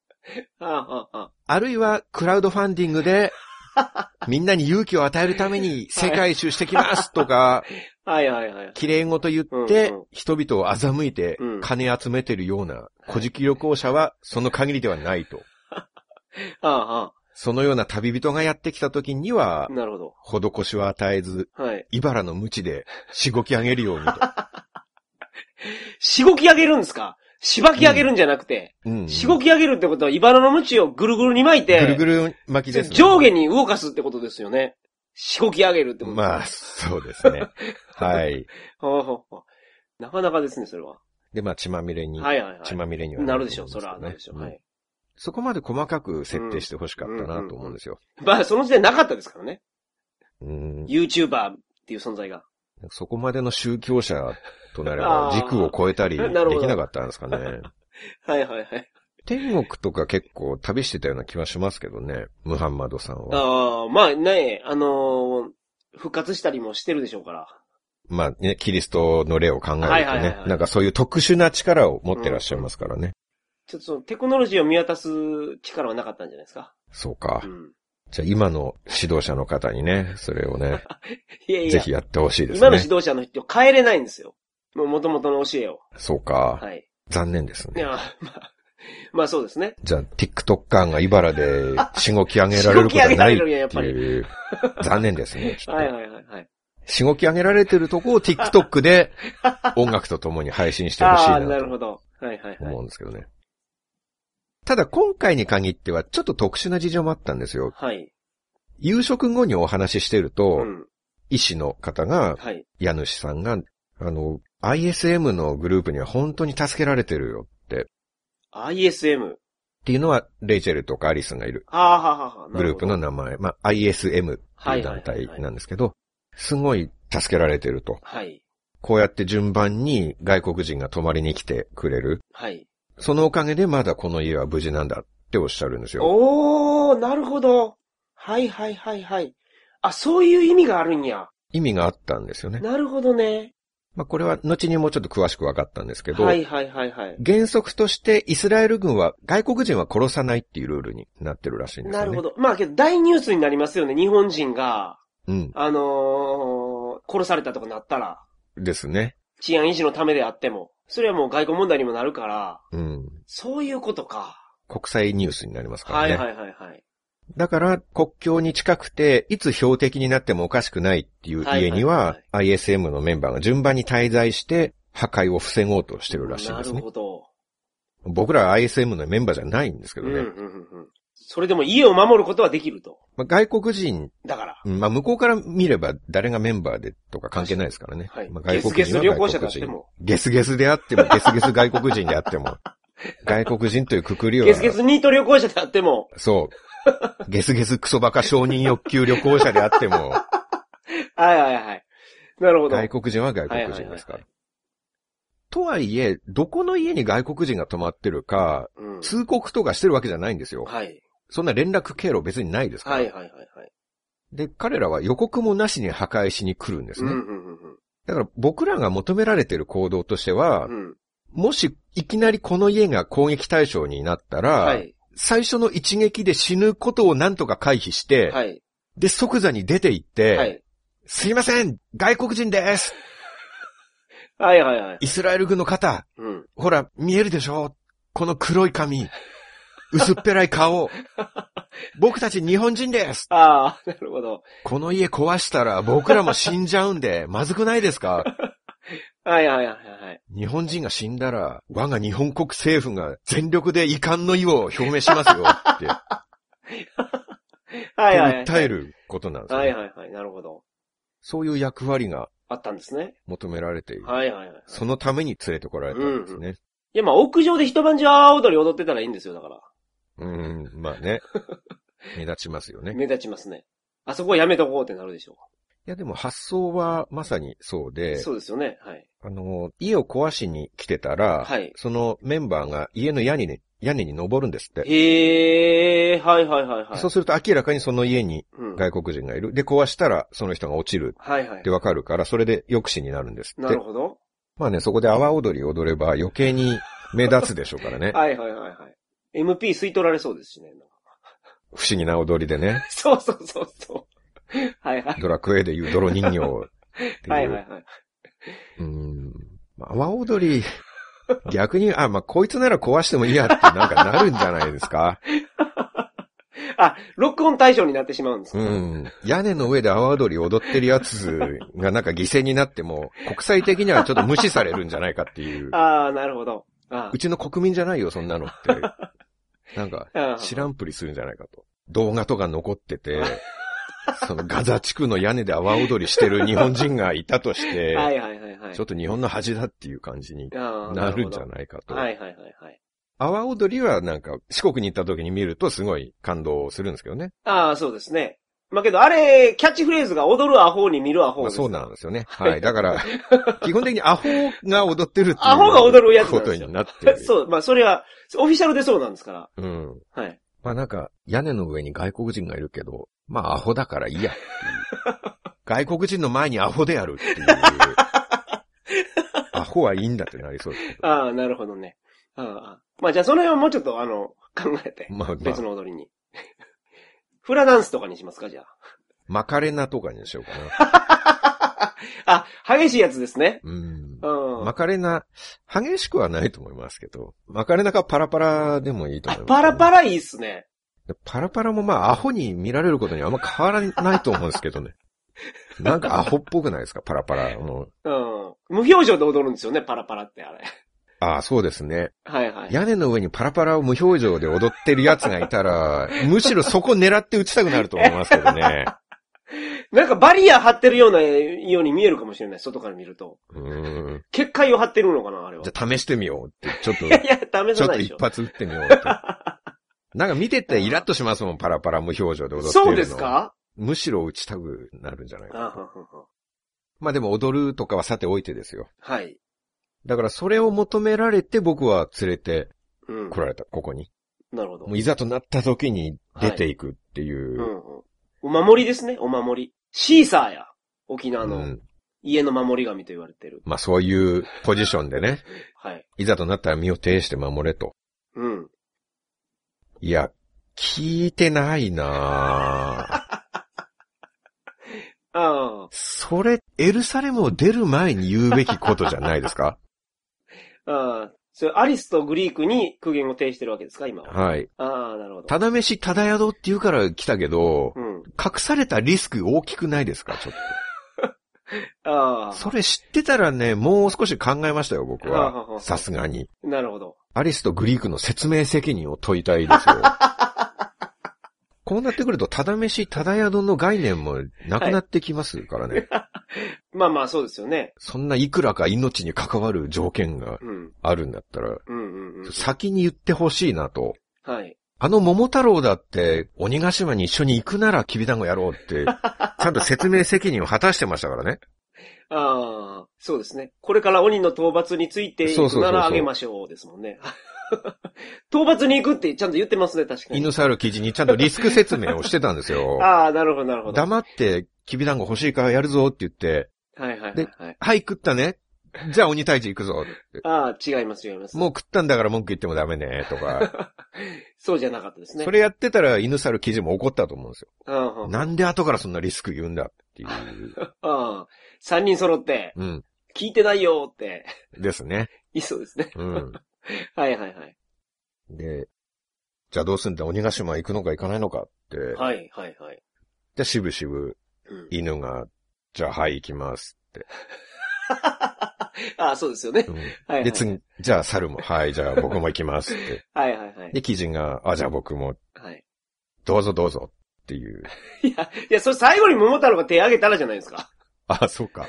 あるいはクラウドファンディングでみんなに勇気を与えるために世界一周してきますとか、綺麗事言って人々を欺いて金集めてるような古事記旅行者はその限りではないと。 そのような旅人がやってきた時には、 なるほど。 施しは与えず、はい。茨の鞭でしごき上げるようにと。 しごき上げるんですか？しばき上げるんじゃなくて、しごき上げるってことは、茨の鞭をぐるぐるに巻いて、 ぐるぐる巻きですね。 上下に動かすってことですよね。しごき上げるってことですね。 まあ、そうですね。はい。 なかなかですね、それは。 で、まあ、血まみれに。 はいはいはい。 血まみれにはなるでしょう、それはなるでしょう。はい。 そこまで細かく設定してほしかったなと思うんですよ。 まあ、その時点なかったですからね。YouTuber っていう存在が。 そこまでの宗教者となれば、軸を超えたりできなかったんですかね。 はいはいはい。 天国とか結構旅してたような気はしますけどね、ムハンマドさんは。 まあね、復活したりもしてるでしょうから。 まあね、キリストの例を考えるとね、なんかそういう特殊な力を持ってらっしゃいますからね。 ちょっとそのテクノロジーを見渡す力はなかったんじゃないですか。 そうか。じゃあ今の指導者の方にね、それをね、ぜひやってほしいですね。 今の指導者の人変えれないんですよ。もう元々の教えを。 そうか。はい。残念ですね。 いや、まあそうですね。 じゃあ TikToker が茨でしごき上げられることはないっていう、残念ですね。 はいはいはいはい。 しごき上げられてるとこを TikTok で音楽とともに配信してほしいなと。 なるほど。はいはいはい。 思うんですけどね。ただ今回に限ってはちょっと特殊な事情もあったんですよ。はい。夕食後にお話ししてると、医師の方が、家主さんが、ISM のグループには本当に助けられてるよって。 ISM? っていうのは、レイチェルとかアリスがいる。グループの名前。まあ、ISM っていう団体なんですけど、すごい助けられてると。はい。こうやって順番に外国人が泊まりに来てくれる。はい。そのおかげでまだこの家は無事なんだっておっしゃるんですよ。 おー、なるほど。はいはいはいはい。あ、そういう意味があるんや。 意味があったんですよね。 なるほどね。 まあこれは後にもうちょっと詳しく分かったんですけど。 はいはいはいはい。 原則としてイスラエル軍は外国人は殺さないっていうルールになってるらしいんですよね。 なるほど。まあけど大ニュースになりますよね。日本人が、殺されたとかなったら。 ですね。 治安維持のためであっても。それはもう外交問題にもなるから。そういうことか。 国際ニュースになりますからね。 はいはいはいはい。 だから国境に近くていつ標的になってもおかしくないっていう家には ISM のメンバーが順番に滞在して破壊を防ごうとしてるらしいんですね。なるほど。僕らは ISM のメンバーじゃないんですけどね。 それでも家を守ることはできると。 まあ、外国人。 だから。 まあ、向こうから見れば誰がメンバーでとか関係ないですからね。 はい。 まあ、外国人は外国人。ゲスゲス旅行者であっても。 ゲスゲスであっても、ゲスゲス外国人であっても。外国人というくくりは。 ゲスゲスニート旅行者であっても。 そう。ゲスゲスクソバカ承認欲求旅行者であっても。 はいはいはい。なるほど。 外国人は外国人ですから。とはいえ、どこの家に外国人が泊まってるか、通告とかしてるわけじゃないんですよ。はい。そんな連絡経路別にないですから。はいはいはいはい。で、彼らは予告もなしに破壊しに来るんですね。だから僕らが求められている行動としては、もしいきなりこの家が攻撃対象になったら、はい、最初の一撃で死ぬことをなんとか回避して、はい、で、即座に出て行って、はい、すいません外国人ですはいはいはい。 イスラエル軍の方、ほら、見えるでしょこの黒い髪、薄っぺらい顔。僕たち日本人です。 ああ、なるほど。 この家壊したら僕らも死んじゃうんで、まずくないですかはいはいはいはい。 日本人が死んだら、我が日本国政府が全力で遺憾の意を表明しますよって。はいはいはい。訴えることなんですね。 はいはいはい。なるほど。 そういう役割があったんですね。 求められている。 はいはいはい。 そのために連れてこられたんですね。 いやまあ屋上で一晩中阿波踊り踊ってたらいいんですよ、だから。 まあね。目立ちますよね。 目立ちますね。あそこはやめとこうってなるでしょう。 いやでも発想はまさにそうで。 そうですよね。はい。 家を壊しに来てたら、はい、そのメンバーが家の屋根に登るんですって。 へー、はいはいはいはい。 そうすると明らかにその家に外国人がいる。で、壊したらその人が落ちる。はいはい。ってわかるから、それで抑止になるんですって。 なるほど。 まあね、そこで阿波踊り踊れば余計に目立つでしょうからね。 はいはいはいはい。MP 吸い取られそうですしね。 不思議な踊りでね。 そうそうそうそう。はいはい。 ドラクエでいう泥人形。 はいはいはい。 阿波踊り、逆に、こいつなら壊してもいいやってなんかなるんじゃないですか。 録音対象になってしまうんですか？ うん。屋根の上で阿波踊り踊ってるやつがなんか犠牲になっても、国際的にはちょっと無視されるんじゃないかっていう。 なるほど。 うちの国民じゃないよ、そんなのって。なんか、知らんぷりするんじゃないかと。動画とか残ってて、そのガザ地区の屋根で阿波踊りしてる日本人がいたとして、ちょっと日本の恥だっていう感じになるんじゃないかと。阿波踊りはなんか四国に行った時に見るとすごい感動するんですけどね。 そうですね。まあけどあれ、キャッチフレーズが踊るアホに見るアホです。 そうなんですよね。はい。だから、基本的にアホが踊ってるっていう。 アホが踊るやつことになってる。 そう、まあそれは、オフィシャルでそうなんですから。 うん。はい。まあなんか、屋根の上に外国人がいるけど、まあアホだからいいやっていう。外国人の前にアホでやるっていう。アホはいいんだってなりそうですけど。 なるほどね。まあじゃあその辺はもうちょっと考えて。別の踊りに。フラダンスとかにしますか、じゃあ。 マカレナとかにしようかな。激しいやつですね。 マカレナ、激しくはないと思いますけど、マカレナかパラパラでもいいと思います、 パラパラいいっすね。 パラパラもまあアホに見られることにあんま変わらないと思うんですけどね。なんかアホっぽくないですか、パラパラの。 無表情で踊るんですよね、パラパラってあれ。 そうですね。 はいはい。 屋根の上にパラパラを無表情で踊ってる奴がいたら、むしろそこ狙って打ちたくなると思いますけどね。 なんかバリア張ってるように見えるかもしれない、外から見ると。結界を張ってるのかな、あれは。 じゃあ試してみようって、ちょっと。 いや、試さないでしょ。 ちょっと一発打ってみようって。なんか見ててイラッとしますもん、パラパラ無表情で踊ってるの。 そうですか？ むしろ打ちたくなるんじゃないかな。まあでも踊るとかはさておいてですよ。 はい。 だからそれを求められて僕は連れて来られた、ここに。 なるほど。 もういざとなった時に出ていくっていう。 お守りですね、お守り。シーサーや。沖縄の家の守り神と言われてる。 まあそういうポジションでね。 はい。 いざとなったら身を挺して守れと。いや、聞いてないなぁ。それ、エルサレムを出る前に言うべきことじゃないですか？ それアリスとグリークに苦言を呈してるわけですか、今は。 はい。 なるほど。 ただ飯ただ宿って言うから来たけど、隠されたリスク大きくないですか、ちょっと。それ知ってたらね、もう少し考えましたよ、僕は。さすがに。 なるほど。 アリスとグリークの説明責任を問いたいですよ。こうなってくると、ただ飯、ただ宿の概念もなくなってきますからね。 まあまあ、そうですよね。 そんないくらか命に関わる条件があるんだったら、先に言ってほしいなと。 はい。 桃太郎だって、鬼ヶ島に一緒に行くならきびだんごやろうって、ちゃんと説明責任を果たしてましたからね。 そうですね。これから鬼の討伐について行くならあげましょうですもんね。討伐に行くってちゃんと言ってますね、確かに。 犬猿記事にちゃんとリスク説明をしてたんですよ。 なるほど、なるほど。 黙って、きびだんご欲しいからやるぞって言って、で、はい、食ったね。じゃあ鬼退治行くぞって。 違います、違います。 もう食ったんだから文句言ってもダメね、とか。 そうじゃなかったですね。 それやってたら犬猿記事も怒ったと思うんですよ。なんで後からそんなリスク言うんだっていう。 3人揃って、聞いてないよって。 ですね。 いそうですね。はいはいはい。 で、じゃあどうすんだ、鬼ヶ島行くのか行かないのかって。 はいはいはい。 で、しぶしぶ、犬が、じゃあはい行きますって。 そうですよね。 で、次、じゃあ猿も、はい、じゃあ僕も行きますって。 はいはいはい。 で、鬼人が、じゃあ僕も、 はい。 どうぞどうぞっていう。 いや、それ最後に桃太郎が手挙げたらじゃないですか。 そうか。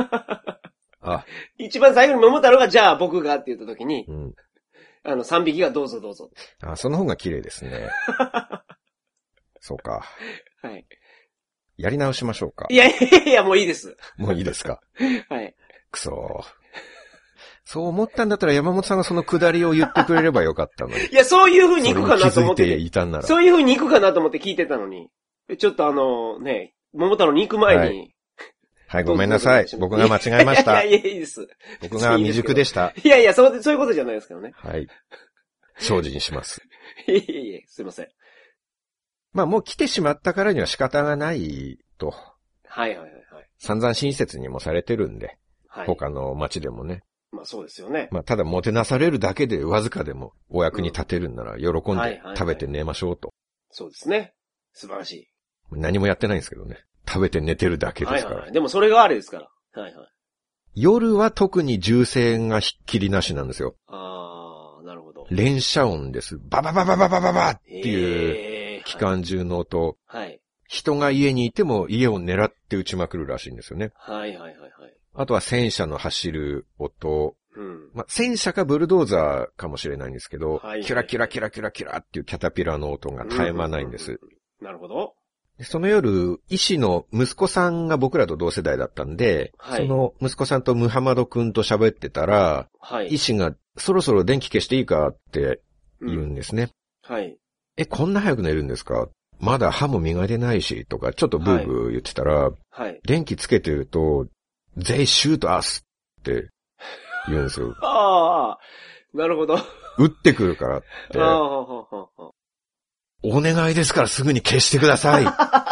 一番最後に桃太郎が、じゃあ僕がって言った時に、3匹がどうぞどうぞ。 その方が綺麗ですね。そうか。 はい。 やり直しましょうか。 いや、もういいです。 もういいですか。 はい。 くそー。そう思ったんだったら山本さんがそのくだりを言ってくれればよかったのに。 いや、そういう風に行くかなと思って。 気づいていたんなら。 そういう風に行くかなと思って聞いてたのに。ちょっとね、桃太郎に行く前に。 はい、ごめんなさい。僕が間違えました。 いや、いいです。 僕が未熟でした。 いや、そういうことじゃないですけどね。 はい。精進します。 いえ、すいません。 まあもう来てしまったからには仕方がないと。 はい。 散々親切にもされてるんで。はい。他の町でもね。 まあそうですよね。 まあただもてなされるだけでわずかでもお役に立てるんなら喜んで食べて寝ましょうと。 そうですね。 素晴らしい。 何もやってないんですけどね。食べて寝てるだけですから。 はいはい。でもそれがあれですから。はいはい。 夜は特に銃声がひっきりなしなんですよ。 ああ、なるほど。 連射音です。ババババババババっていう機関銃の音。 はい。 人が家にいても家を狙って撃ちまくるらしいんですよね。 はいはいはいはい。 あとは戦車の走る音。 うん。 まあ、戦車かブルドーザーかもしれないんですけど、 はいはい、 キラキラキラキラキラっていうキャタピラの音が絶え間ないんです。 なるほど。 その夜、医師の息子さんが僕らと同世代だったんで、はい、その息子さんとムハマド君と喋ってたら、はい、医師がそろそろ電気消していいかって言うんですね。 はい。 こんな早く寝るんですか？まだ歯も磨いてないし、とか、ちょっとブーブー言ってたら、はい、電気つけてると、They shoot us って言うんですよ。 ああ、なるほど。 撃ってくるからって。お願いですからすぐに消してください。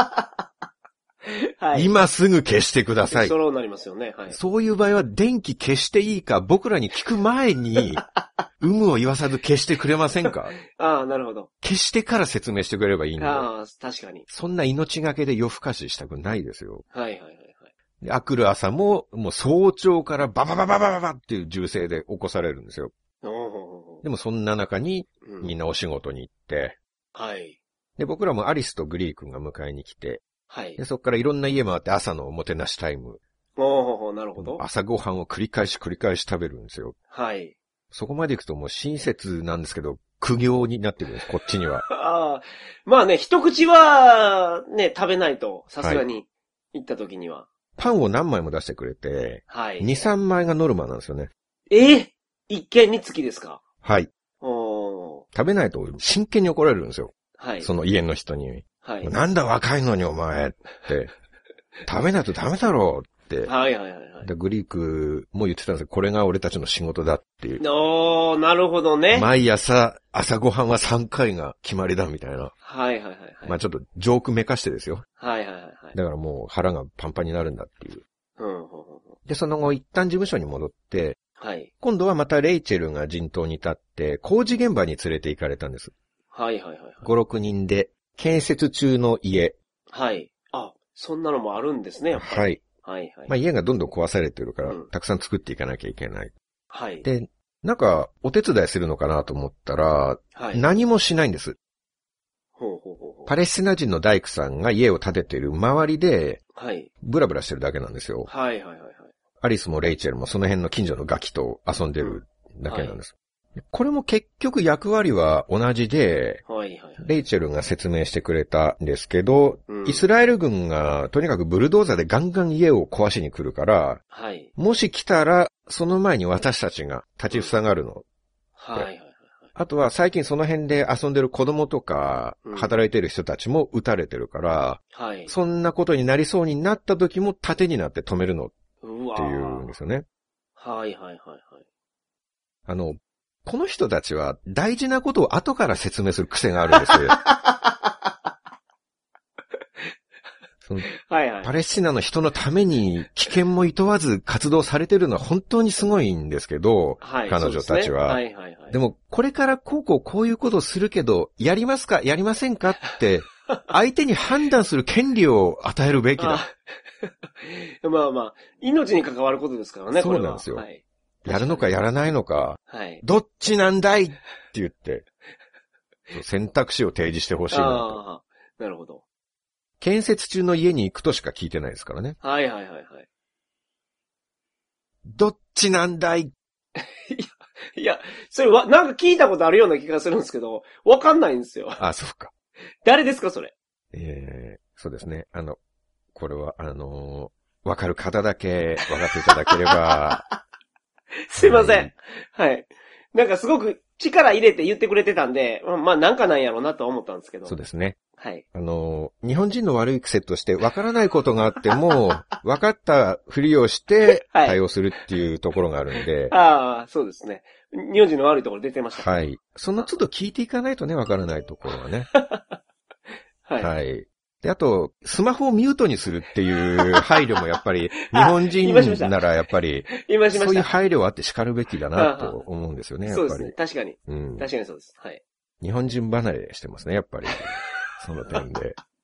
はい、今すぐ消してください。 そうなりますよね。はい、 そういう場合は電気消していいか僕らに聞く前に、有無を言わさず消してくれませんか？ ああ、なるほど。 消してから説明してくれればいいんだ。 ああ、確かに。 そんな命がけで夜更かししたくないですよ。 はいはいはい。 で、あくる朝も、もう早朝からバババババババっていう銃声で起こされるんですよ。でもそんな中に、みんなお仕事に行って、 はい。 で、僕らもアリスとグリー君が迎えに来て、 はい。 で、そこからいろんな家回って朝のおもてなしタイム。 なるほど。 朝ごはんを繰り返し食べるんですよ。 はい。 そこまで行くともう親切なんですけど、苦行になってるんです、こっちには。 ああ。まあね、一口はね、食べないと、さすがに、行った時には。 パンを何枚も出してくれて、はい。2、3枚がノルマなんですよね。 一軒につきですか？ はい。食べないと真剣に怒られるんですよ。はい。その家の人に。はい。なんだ若いのにお前って。食べないとダメだろうって。 はいはいはい、はい。 で、グリークも言ってたんですけど、これが俺たちの仕事だっていう。 なるほどね。 毎朝ごはんは3回が決まりだみたいな。 はいはいはい、はい。 まあちょっとジョークめかしてですよ。 はいはいはい。 だからもう腹がパンパンになるんだっていう。で、その後一旦事務所に戻って、はい。今度はまたレイチェルが陣頭に立って、工事現場に連れて行かれたんです。 はいはいはい、はい。 5、6人で、建設中の家。 はい。あ、そんなのもあるんですね、やっぱり。はい。はいはい。 まあ家がどんどん壊されてるから、たくさん作っていかなきゃいけない。 はい。 で、なんか、お手伝いするのかなと思ったら、はい。何もしないんです。 ほうほうほうほう。 パレスチナ人の大工さんが家を建ててる周りで、 はい。 ブラブラしてるだけなんですよ。 はいはいはいはい。 アリスもレイチェルもその辺の近所のガキと遊んでるだけなんです。はい、これも結局役割は同じで、はいはいはい、レイチェルが説明してくれたんですけど、イスラエル軍がとにかくブルドーザーでガンガン家を壊しに来るから、はい、もし来たらその前に私たちが立ちふさがるの。はいはいはい、あとは最近その辺で遊んでる子供とか、働いてる人たちも撃たれてるから、はい、そんなことになりそうになった時も盾になって止めるのっていうんですよね。 はいはいはいはい。 この人たちは大事なことを後から説明する癖があるんですよ。はいはい、パレスチナの人のために危険も厭わず活動されてるのは本当にすごいんですけど、はい、彼女たちは、はいはいはい。でもこれからこういうことをするけど、やりますかやりませんかって相手に判断する権利を与えるべきだ。 まあまあ、命に関わることですからね、 そうなんですよ。はい、やるのかやらないのか、はい、どっちなんだいって言って、選択肢を提示してほしいなと。 なるほど。 建設中の家に行くとしか聞いてないですからね。 はいはいはいはい。 どっちなんだいいや、それは、なんか聞いたことあるような気がするんですけど、わかんないんですよ。 あ、そうか。 誰ですか、それ。 そうですね。これは、わかる方だけ分かっていただければ。 すいません。はい。なんかすごく力入れて言ってくれてたんで、まあなんかなんやろうなとは思ったんですけど。 そうですね。 はい。 日本人の悪い癖として、分からないことがあっても、分かったふりをして対応するっていうところがあるんで。 ああ、そうですね。日本人の悪いところ出てました。 はい。その都度聞いていかないとね、分からないところはね。はい。はい。で、あと、スマホをミュートにするっていう配慮もやっぱり、日本人ならやっぱり、そういう配慮はあって叱るべきだなと思うんですよね、やっぱり。 そうですね。確かに。確かにそうです。はい。 日本人離れしてますね、やっぱり。その点で。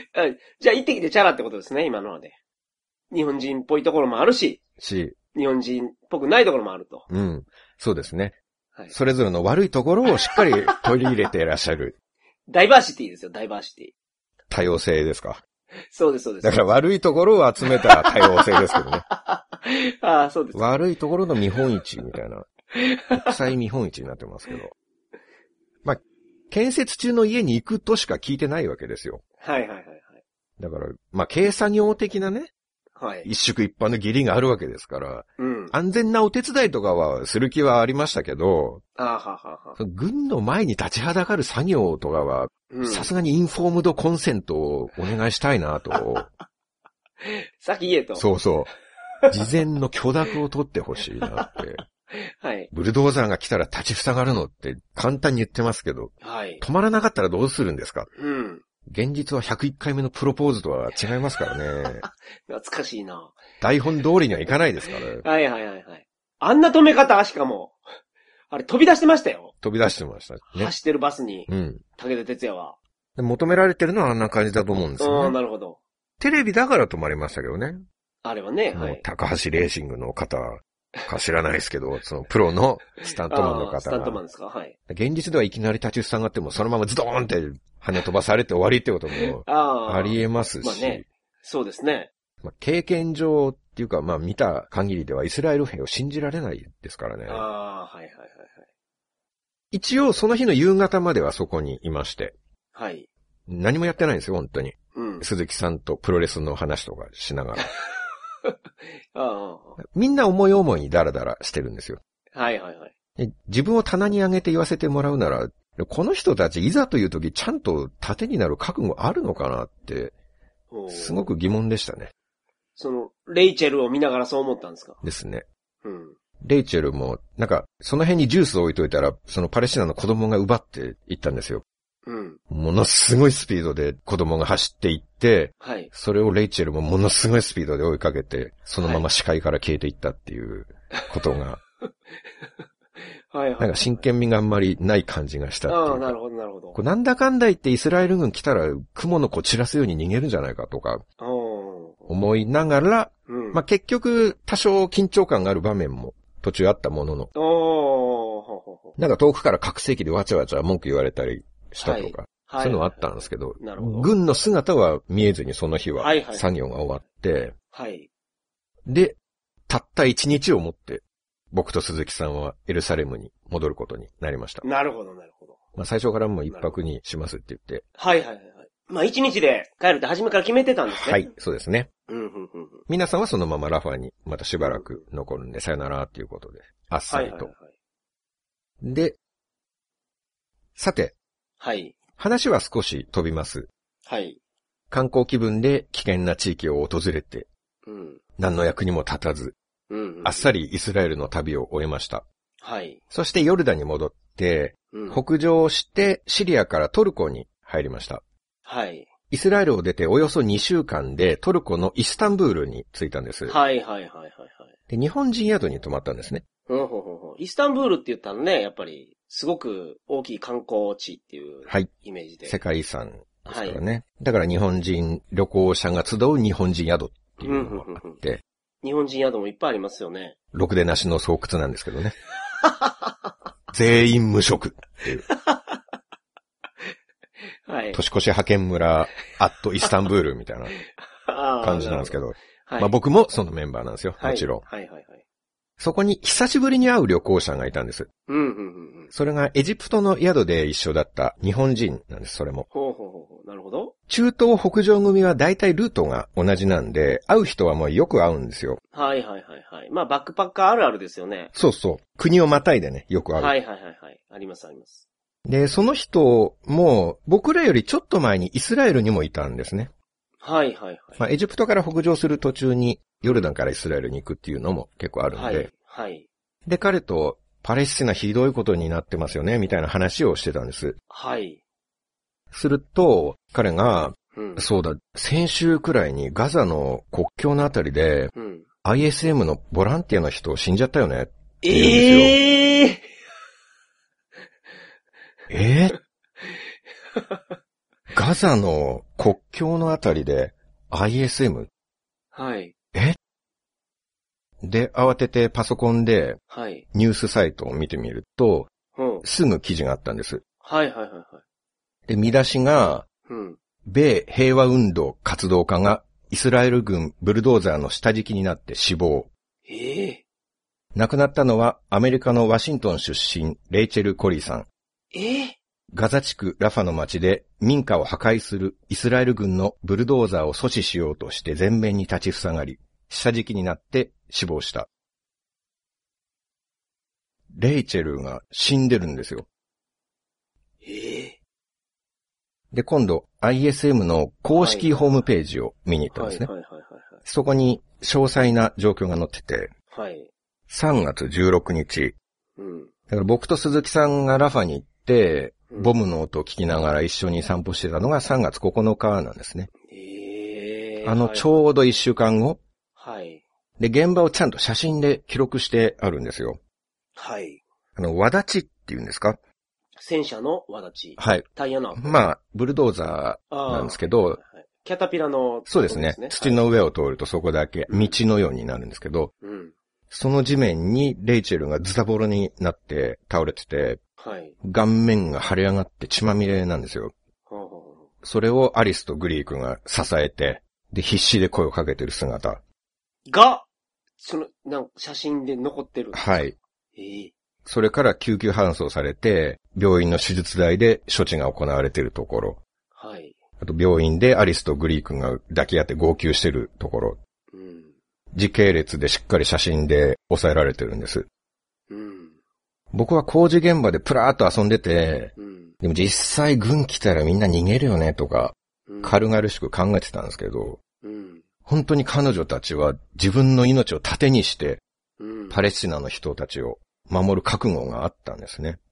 じゃあ行ってきてチャラってことですね、今のはね。日本人っぽいところもあるし、日本人っぽくないところもあると。 うん。そうですね。はい、それぞれの悪いところをしっかり取り入れていらっしゃる。 ダイバーシティですよ、ダイバーシティ。 多様性ですか。 そうです、そうです。 だから悪いところを集めた多様性ですけどね。 ああ、そうです。 悪いところの見本市みたいな。国際見本市になってますけど。まあ、建設中の家に行くとしか聞いてないわけですよ。 はいはいはいはい。 だから、まあ、軽作業的なね。はい。一宿一般の義理があるわけですから、うん。安全なお手伝いとかはする気はありましたけど、軍の前に立ちはだかる作業とかは、さすがにインフォームドコンセントをお願いしたいなと。 先言えと。 そうそう。事前の許諾を取ってほしいなって。はい。ブルドーザーが来たら立ち塞がるのって簡単に言ってますけど、はい。止まらなかったらどうするんですか？うん。現実は101回目のプロポーズとは違いますからね。 懐かしいな。 台本通りにはいかないですから。 はいはいはいはい。あんな止め方、しかも。あれ飛び出してましたよ。 飛び出してましたね。 走ってるバスに。うん。武田鉄矢は。 求められてるのはあんな感じだと思うんですよね。 ああ、なるほど。 テレビだから止まりましたけどね。 あれはね。はい。 高橋レーシングの方か知らないですけど、そのプロのスタントマンの方が。 スタントマンですか？はい。 現実ではいきなり立ち塞がってもそのままズドーンって跳ね飛ばされて終わりってこともありえますし。まあね。 そうですね。 まあ、経験上っていうか、まあ見た限りではイスラエル兵を信じられないですからね。 ああ、はいはいはいはい。 一応その日の夕方まではそこにいまして。はい。何もやってないんですよ、本当に。うん。鈴木さんとプロレスの話とかしながら。ああ。みんな思い思いにダラダラしてるんですよ。 はいはいはい。 自分を棚に上げて言わせてもらうなら、この人たちいざという時ちゃんと盾になる覚悟あるのかなって、すごく疑問でしたね。 その、レイチェルを見ながらそう思ったんですか？ ですね。うん。レイチェルも、なんか、その辺にジュースを置いといたら、そのパレスチナの子供が奪っていったんですよ。うん。ものすごいスピードで子供が走っていって、はい。それをレイチェルもものすごいスピードで追いかけて、そのまま視界から消えていったっていうことが、はいはい。なんか真剣味があんまりない感じがしたっていうか。 ああ、なるほどなるほど。 なんだかんだ言ってイスラエル軍来たら雲の子散らすように逃げるんじゃないかとか、思いながら、うん、まあ、結局多少緊張感がある場面も途中あったものの、なんか遠くから拡声器でわちゃわちゃ文句言われたりしたとか、はい、そういうのはあったんですけど、なるほど。軍の姿は見えずにその日は作業が終わって、はい。で、たった1日をもって、僕と鈴木さんはエルサレムに戻ることになりました。 なるほど、なるほど。 まあ最初からもう一泊にしますって言って。 はいはいはい。まあ1日で帰るって初めから決めてたんですね。 はい、そうですね。皆さんはそのままラファにまたしばらく残るんで、さよならっていうことで、あっさりと。はいはいはい、で、さて。はい。話は少し飛びます。はい。観光気分で危険な地域を訪れて、うん、何の役にも立たず、あっさりイスラエルの旅を終えました。はい。そしてヨルダンに戻って、北上してシリアからトルコに入りました。はい。イスラエルを出ておよそ2週間でトルコのイスタンブールに着いたんです。はいはいはいはい、はい。で、日本人宿に泊まったんですね。 イスタンブールって言ったらね、やっぱりすごく大きい観光地っていうイメージで。 はい、世界遺産ですからね。はい、だから日本人旅行者が集う日本人宿っていうのがあって。 日本人宿もいっぱいありますよね。 ろくでなしの巣窟なんですけどね。全員無職っていう。はい。年越し派遣村、アットイスタンブールみたいな感じなんですけど。はい、まあ僕もそのメンバーなんですよ。もちろん。はいはいはい。そこに久しぶりに会う旅行者がいたんです。それがエジプトの宿で一緒だった日本人なんです、それも。 なるほど。 中東北上組は大体ルートが同じなんで、会う人はもうよく会うんですよ。 はいはいはいはい。まあバックパッカーあるあるですよね。 そうそう。国をまたいでね、よく会う。 はいはいはいはい。ありますあります。 で、その人も僕らよりちょっと前にイスラエルにもいたんですね。 はいはいはい。 まあエジプトから北上する途中にヨルダンからイスラエルに行くっていうのも結構あるんで。はい。はい。で、彼とパレスチナひどいことになってますよね、みたいな話をしてたんです。はい。すると、彼が、そうだ、先週くらいにガザの国境のあたりで、ISM のボランティアの人死んじゃったよねって言うんですよ。ガガザの国境のあたりで ISM？ はい。 で、慌ててパソコンでニュースサイトを見てみると、すぐ記事があったんです。 はいはいはいはい。 で、見出しが、米平和運動活動家がイスラエル軍ブルドーザーの下敷きになって死亡。亡くなったのはアメリカのワシントン出身レイチェル・コリーさん。ガザ地区ラファの町で民家を破壊するイスラエル軍のブルドーザーを阻止しようとして前面に立ちふさがり、下敷きになって死亡した。レイチェルが死んでるんですよ。で、今度 ISM の公式ホームページを見に行ったんですね。そこに詳細な状況が載ってて、3月16日、だから僕と鈴木さんがラファに行って、ボムの音を聞きながら一緒に散歩してたのが3月9日なんですね。ちょうど1週間後。で、現場をちゃんと写真で記録してあるんですよ。わだちって言うんですか？ 戦車のわだち。タイヤの。 ブルドーザーなんですけど、 キャタピラの、 そうですね。土の上を通るとそこだけ道のようになるんですけど、その地面にレイチェルがズタボロになって倒れてて、顔面が腫れ上がって血まみれなんですよ。それをアリスとグリークが支えて、で、必死で声をかけてる姿。写真で残ってる。それから救急搬送されて、病院の手術台で処置が行われているところ。あと病院でアリスとグリークが抱き合って号泣してるところ。時系列でしっかり写真で収えられてるんです。僕は工事現場でプラーっと遊んでて、でも実際軍来たらみんな逃げるよねとか、軽々しく考えてたんですけど、本当に彼女たちは自分の命を盾にして、パレスチナの人たちを守る覚悟があったんですね。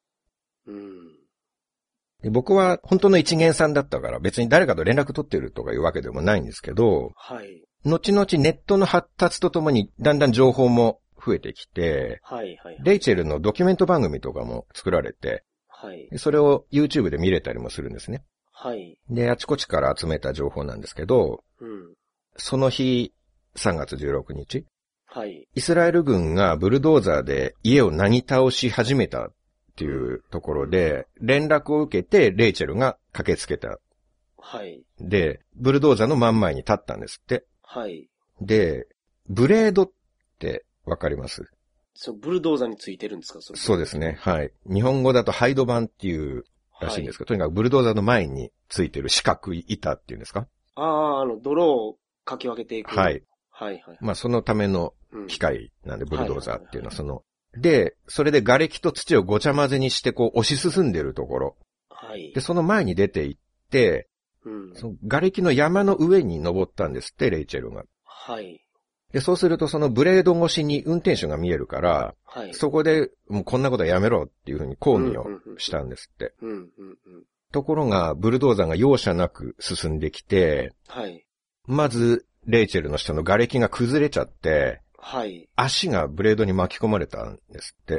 で僕は本当の一元さんだったから別に誰かと連絡取ってるとかいうわけでもないんですけど、後々ネットの発達とともにだんだん情報も増えてきて、レイチェルのドキュメント番組とかも作られて、それを YouTube で見れたりもするんですね。で、あちこちから集めた情報なんですけど、その日、3月16日、イスラエル軍がブルドーザーで家をなぎ倒し始めたっていうところで、連絡を受けてレイチェルが駆けつけた。で、ブルドーザーの真ん前に立ったんですって。で、ブレードってわかります？ ブルドーザーについてるんですか？ そうですね。日本語だとハイド板っていうらしいんですけど、とにかくブルドーザーの前についてる四角い板っていうんですか？ 泥をかき分けていく。 そのための機械なんで、ブルドーザーっていうのはで、それで瓦礫と土をごちゃ混ぜにして押し進んでるところ。で、その前に出て行って、その瓦礫の山の上に登ったんですって、レイチェルが。で、そうするとそのブレード越しに運転手が見えるから、そこでもうこんなことはやめろっていうふうに抗議をしたんですって。ところが、ブルドーザーが容赦なく進んできて、まず、レイチェルの下の瓦礫が崩れちゃって、足がブレードに巻き込まれたんですって。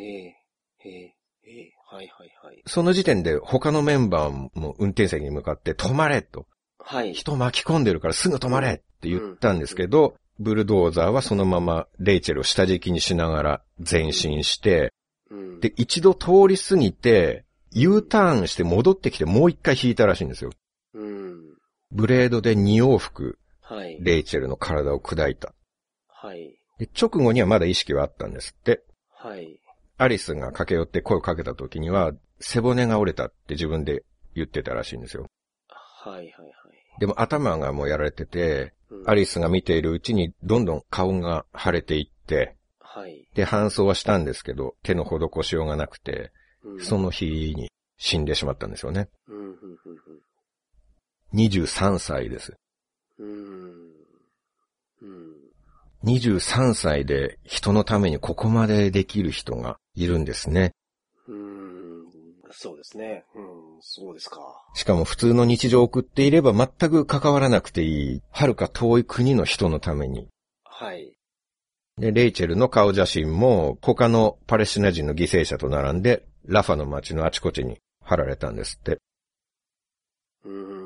その時点で他のメンバーも運転席に向かって止まれと。人巻き込んでるからすぐ止まれって言ったんですけど、ブルドーザーはそのままレイチェルを下敷きにしながら前進して、で、一度通り過ぎて、U ターンして戻ってきてもう一回引いたらしいんですよ。ブレードで2往復、レイチェルの体を砕いた。で直後にはまだ意識はあったんですって。アリスが駆け寄って声をかけた時には、背骨が折れたって自分で言ってたらしいんですよ。でも頭がもうやられてて、アリスが見ているうちにどんどん顔が腫れていって、で、搬送はしたんですけど、手の施しようがなくて、その日に死んでしまったんですよね。23歳です。23歳で人のためにここまでできる人がいるんですね。 そうですね。そうですか。 しかも普通の日常を送っていれば全く関わらなくていい、遥か遠い国の人のために。で、レイチェルの顔写真も他のパレスチナ人の犠牲者と並んで、ラファの街のあちこちに貼られたんですって。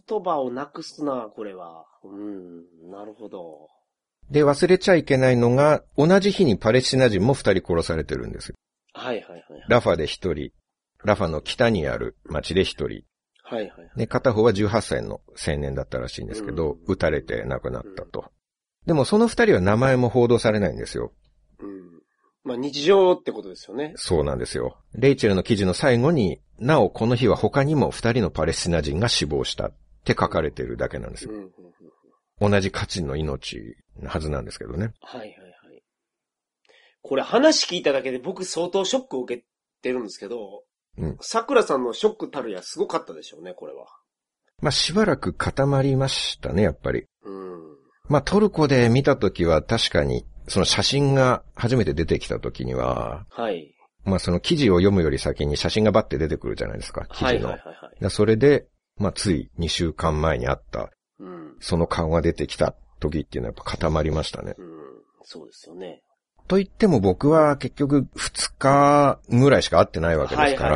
言葉をなくすな、これは。なるほど。 で、忘れちゃいけないのが、同じ日にパレスチナ人も2人殺されてるんです。 はいはいはい。 ラファで1人、ラファの北にある町で1人。 はいはい。 で、片方は18歳の青年だったらしいんですけど、撃たれて亡くなったと。でもその2人は名前も報道されないんですよ。 まあ日常ってことですよね。 そうなんですよ。レイチェルの記事の最後に、なおこの日は他にも2人のパレスチナ人が死亡したって書かれているだけなんですよ。同じ価値の命のはずなんですけどね。 はいはいはい。これ話聞いただけで僕相当ショックを受けてるんですけど、桜さんのショックたるやすごかったでしょうね、これは。 まあしばらく固まりましたね、やっぱり。まあトルコで見たときは確かに、その写真が初めて出てきたときには、 はい。 まあその記事を読むより先に写真がバッて出てくるじゃないですか、記事の。 はいはいはいはい。 それで、まあつい2週間前にあった、その顔が出てきた時っていうのはやっぱ固まりましたね。 そうですよね。 と言っても僕は結局2日ぐらいしか会ってないわけですから、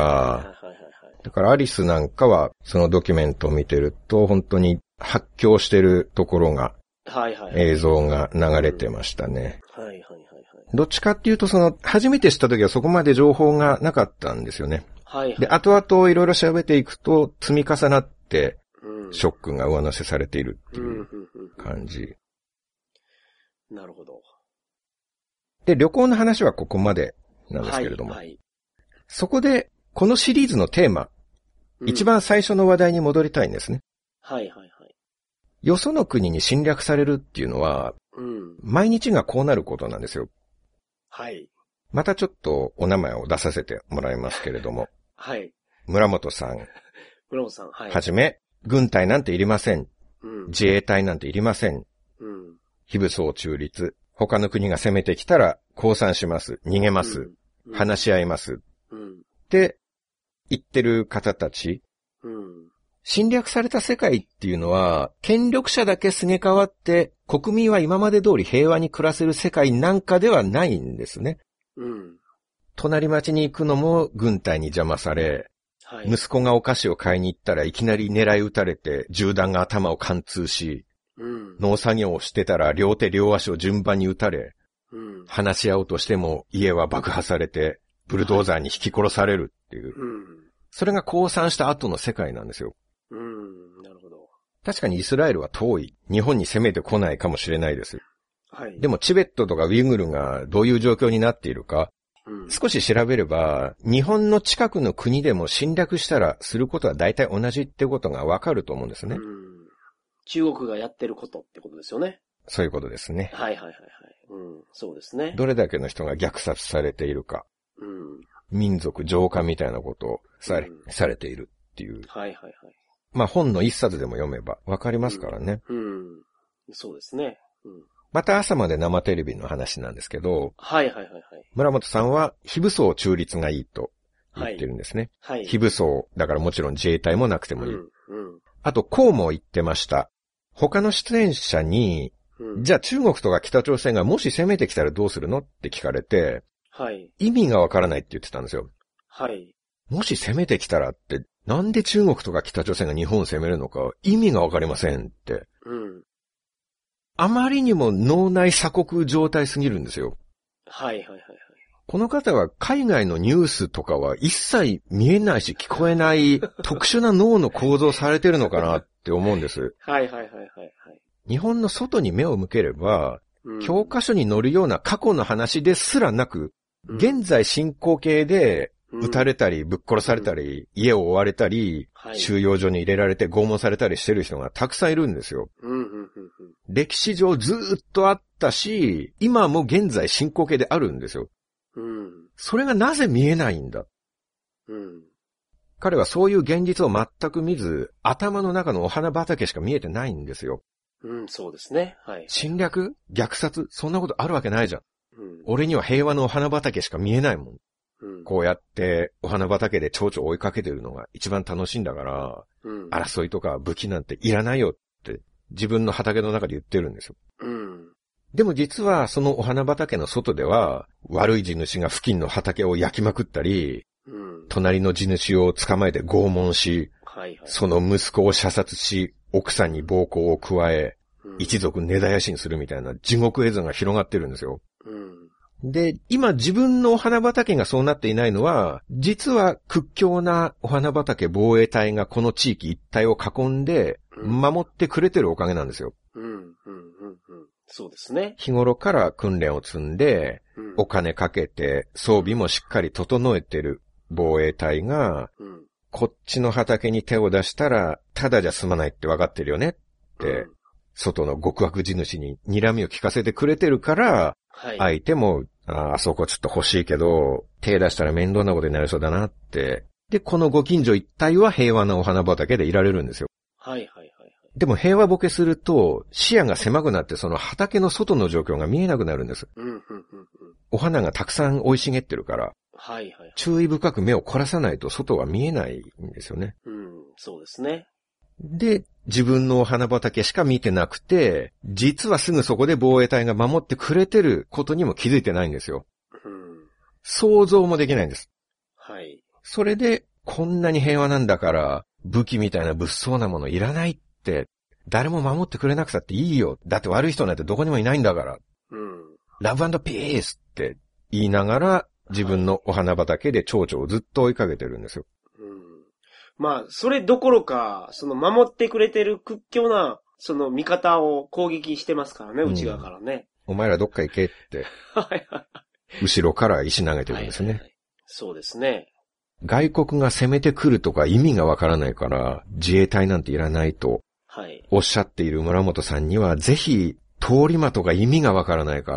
だからアリスなんかはそのドキュメントを見てると本当に発狂してるところが、映像が流れてましたね。どっちかっていうとその初めて知った時はそこまで情報がなかったんですよね。で、後々いろいろ調べていくと積み重なってショックが上乗せされているっていう感じ。 なるほど。 で、旅行の話はここまでなんですけれども。そこで、このシリーズのテーマ、一番最初の話題に戻りたいんですね。よその国に侵略されるっていうのは、毎日がこうなることなんですよ。またちょっとお名前を出させてもらいますけれども。村本さん。はじめ、軍隊なんていりません。自衛隊なんていりません。非武装中立。他の国が攻めてきたら降参します。逃げます。話し合います。って言ってる方たち。侵略された世界っていうのは、権力者だけすげ替わって、国民は今まで通り平和に暮らせる世界なんかではないんですね。隣町に行くのも軍隊に邪魔され、息子がお菓子を買いに行ったらいきなり狙い撃たれて銃弾が頭を貫通し、農作業をしてたら両手両足を順番に撃たれ、話し合おうとしても家は爆破されて、ブルドーザーに引き殺されるっていう。それが降参した後の世界なんですよ。 なるほど。 確かにイスラエルは遠い。日本に攻めてこないかもしれないです。でもチベットとかウイグルがどういう状況になっているか、少し調べれば、日本の近くの国でも侵略したらすることは大体同じってことがわかると思うんですね。 中国がやってることってことですよね。 そういうことですね。 そうですね。 どれだけの人が虐殺されているか。民族浄化みたいなことをされているっていう。まあ本の一冊でも読めばわかりますからね。 そうですね。 また朝まで生テレビの話なんですけど、村本さんは非武装中立がいいと言ってるんですね。非武装、だからもちろん自衛隊もなくてもいい。あとこうも言ってました。他の出演者に、じゃあ中国とか北朝鮮がもし攻めてきたらどうするのって聞かれて、意味がわからないって言ってたんですよ。もし攻めてきたらって、なんで中国とか北朝鮮が日本を攻めるのか意味がわかりませんって。あまりにも脳内鎖国状態すぎるんですよ。この方は海外のニュースとかは一切見えないし聞こえない特殊な脳の構造されてるのかなって思うんです。日本の外に目を向ければ、教科書に載るような過去の話ですらなく、現在進行形で撃たれたりぶっ殺されたり、家を追われたり、収容所に入れられて拷問されたりしてる人がたくさんいるんですよ。歴史上ずーっとあったし、今も現在進行形であるんですよ。それがなぜ見えないんだ。彼はそういう現実を全く見ず、頭の中のお花畑しか見えてないんですよ。 そうですね。 侵略？虐殺？そんなことあるわけないじゃん。俺には平和のお花畑しか見えないもん。こうやってお花畑で蝶々追いかけてるのが一番楽しいんだから、争いとか武器なんていらないよって自分の畑の中で言ってるんですよ。でも実はそのお花畑の外では悪い地主が付近の畑を焼きまくったり、隣の地主を捕まえて拷問し、 はいはい。 その息子を射殺し、奥さんに暴行を加え、一族根絶やしにするみたいな地獄絵図が広がってるんですよ。で、今自分のお花畑がそうなっていないのは、実は屈強なお花畑防衛隊がこの地域一帯を囲んで、守ってくれてるおかげなんですよ。 そうですね。 日頃から訓練を積んで、お金かけて装備もしっかり整えてる防衛隊が、こっちの畑に手を出したら、ただじゃ済まないって分かってるよねって、外の極悪地主に睨みを聞かせてくれてるから、相手も、あそこちょっと欲しいけど、手出したら面倒なことになりそうだなって。で、このご近所一帯は平和なお花畑でいられるんですよ。でも平和ボケすると、視野が狭くなってその畑の外の状況が見えなくなるんです。お花がたくさん生い茂ってるから、注意深く目を凝らさないと外は見えないんですよね。 そうですね。 で、自分のお花畑しか見てなくて、実はすぐそこで防衛隊が守ってくれてることにも気づいてないんですよ。想像もできないんです。それで、こんなに平和なんだから、武器みたいな物騒なものいらないって、誰も守ってくれなくたっていいよ。だって悪い人なんてどこにもいないんだから。ラブ&ピースって言いながら、自分のお花畑で蝶々をずっと追いかけてるんですよ。 まあ、それどころか、その守ってくれてる屈強な、その味方を攻撃してますからね、内側からね。 お前らどっか行けって。後ろから石投げてるんですね。 そうですね。 外国が攻めてくるとか意味がわからないから、自衛隊なんていらないと、おっしゃっている村本さんには、ぜひ、通り魔とか意味がわからないから、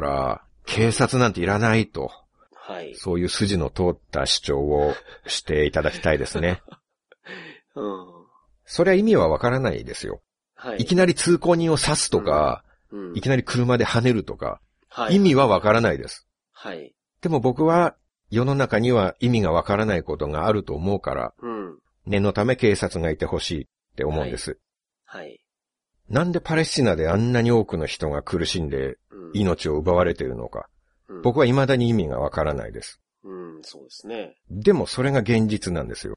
警察なんていらないと。そういう筋の通った主張をしていただきたいですね。そりゃ意味はわからないですよ。いきなり通行人を刺すとか、いきなり車で跳ねるとか、意味はわからないです。でも僕は世の中には意味がわからないことがあると思うから、念のため警察がいてほしいって思うんです。なんでパレスチナであんなに多くの人が苦しんで命を奪われているのか、僕は未だに意味がわからないです。 そうですね。 でもそれが現実なんですよ。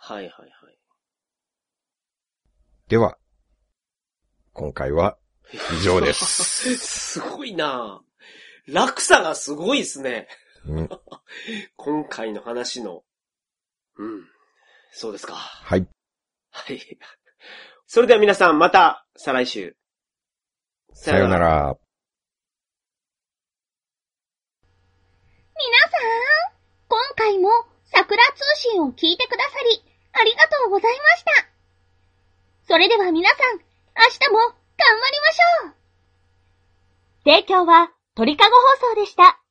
では、今回は以上です。 すごいなぁ。落差がすごいですね。今回の話の。そうですか。 はい。 それでは皆さんまた再来週。 さようなら。 皆さん、今回も桜通信を聞いてくださりありがとうございました。それでは皆さん、明日も頑張りましょう。提供は鳥かご放送でした。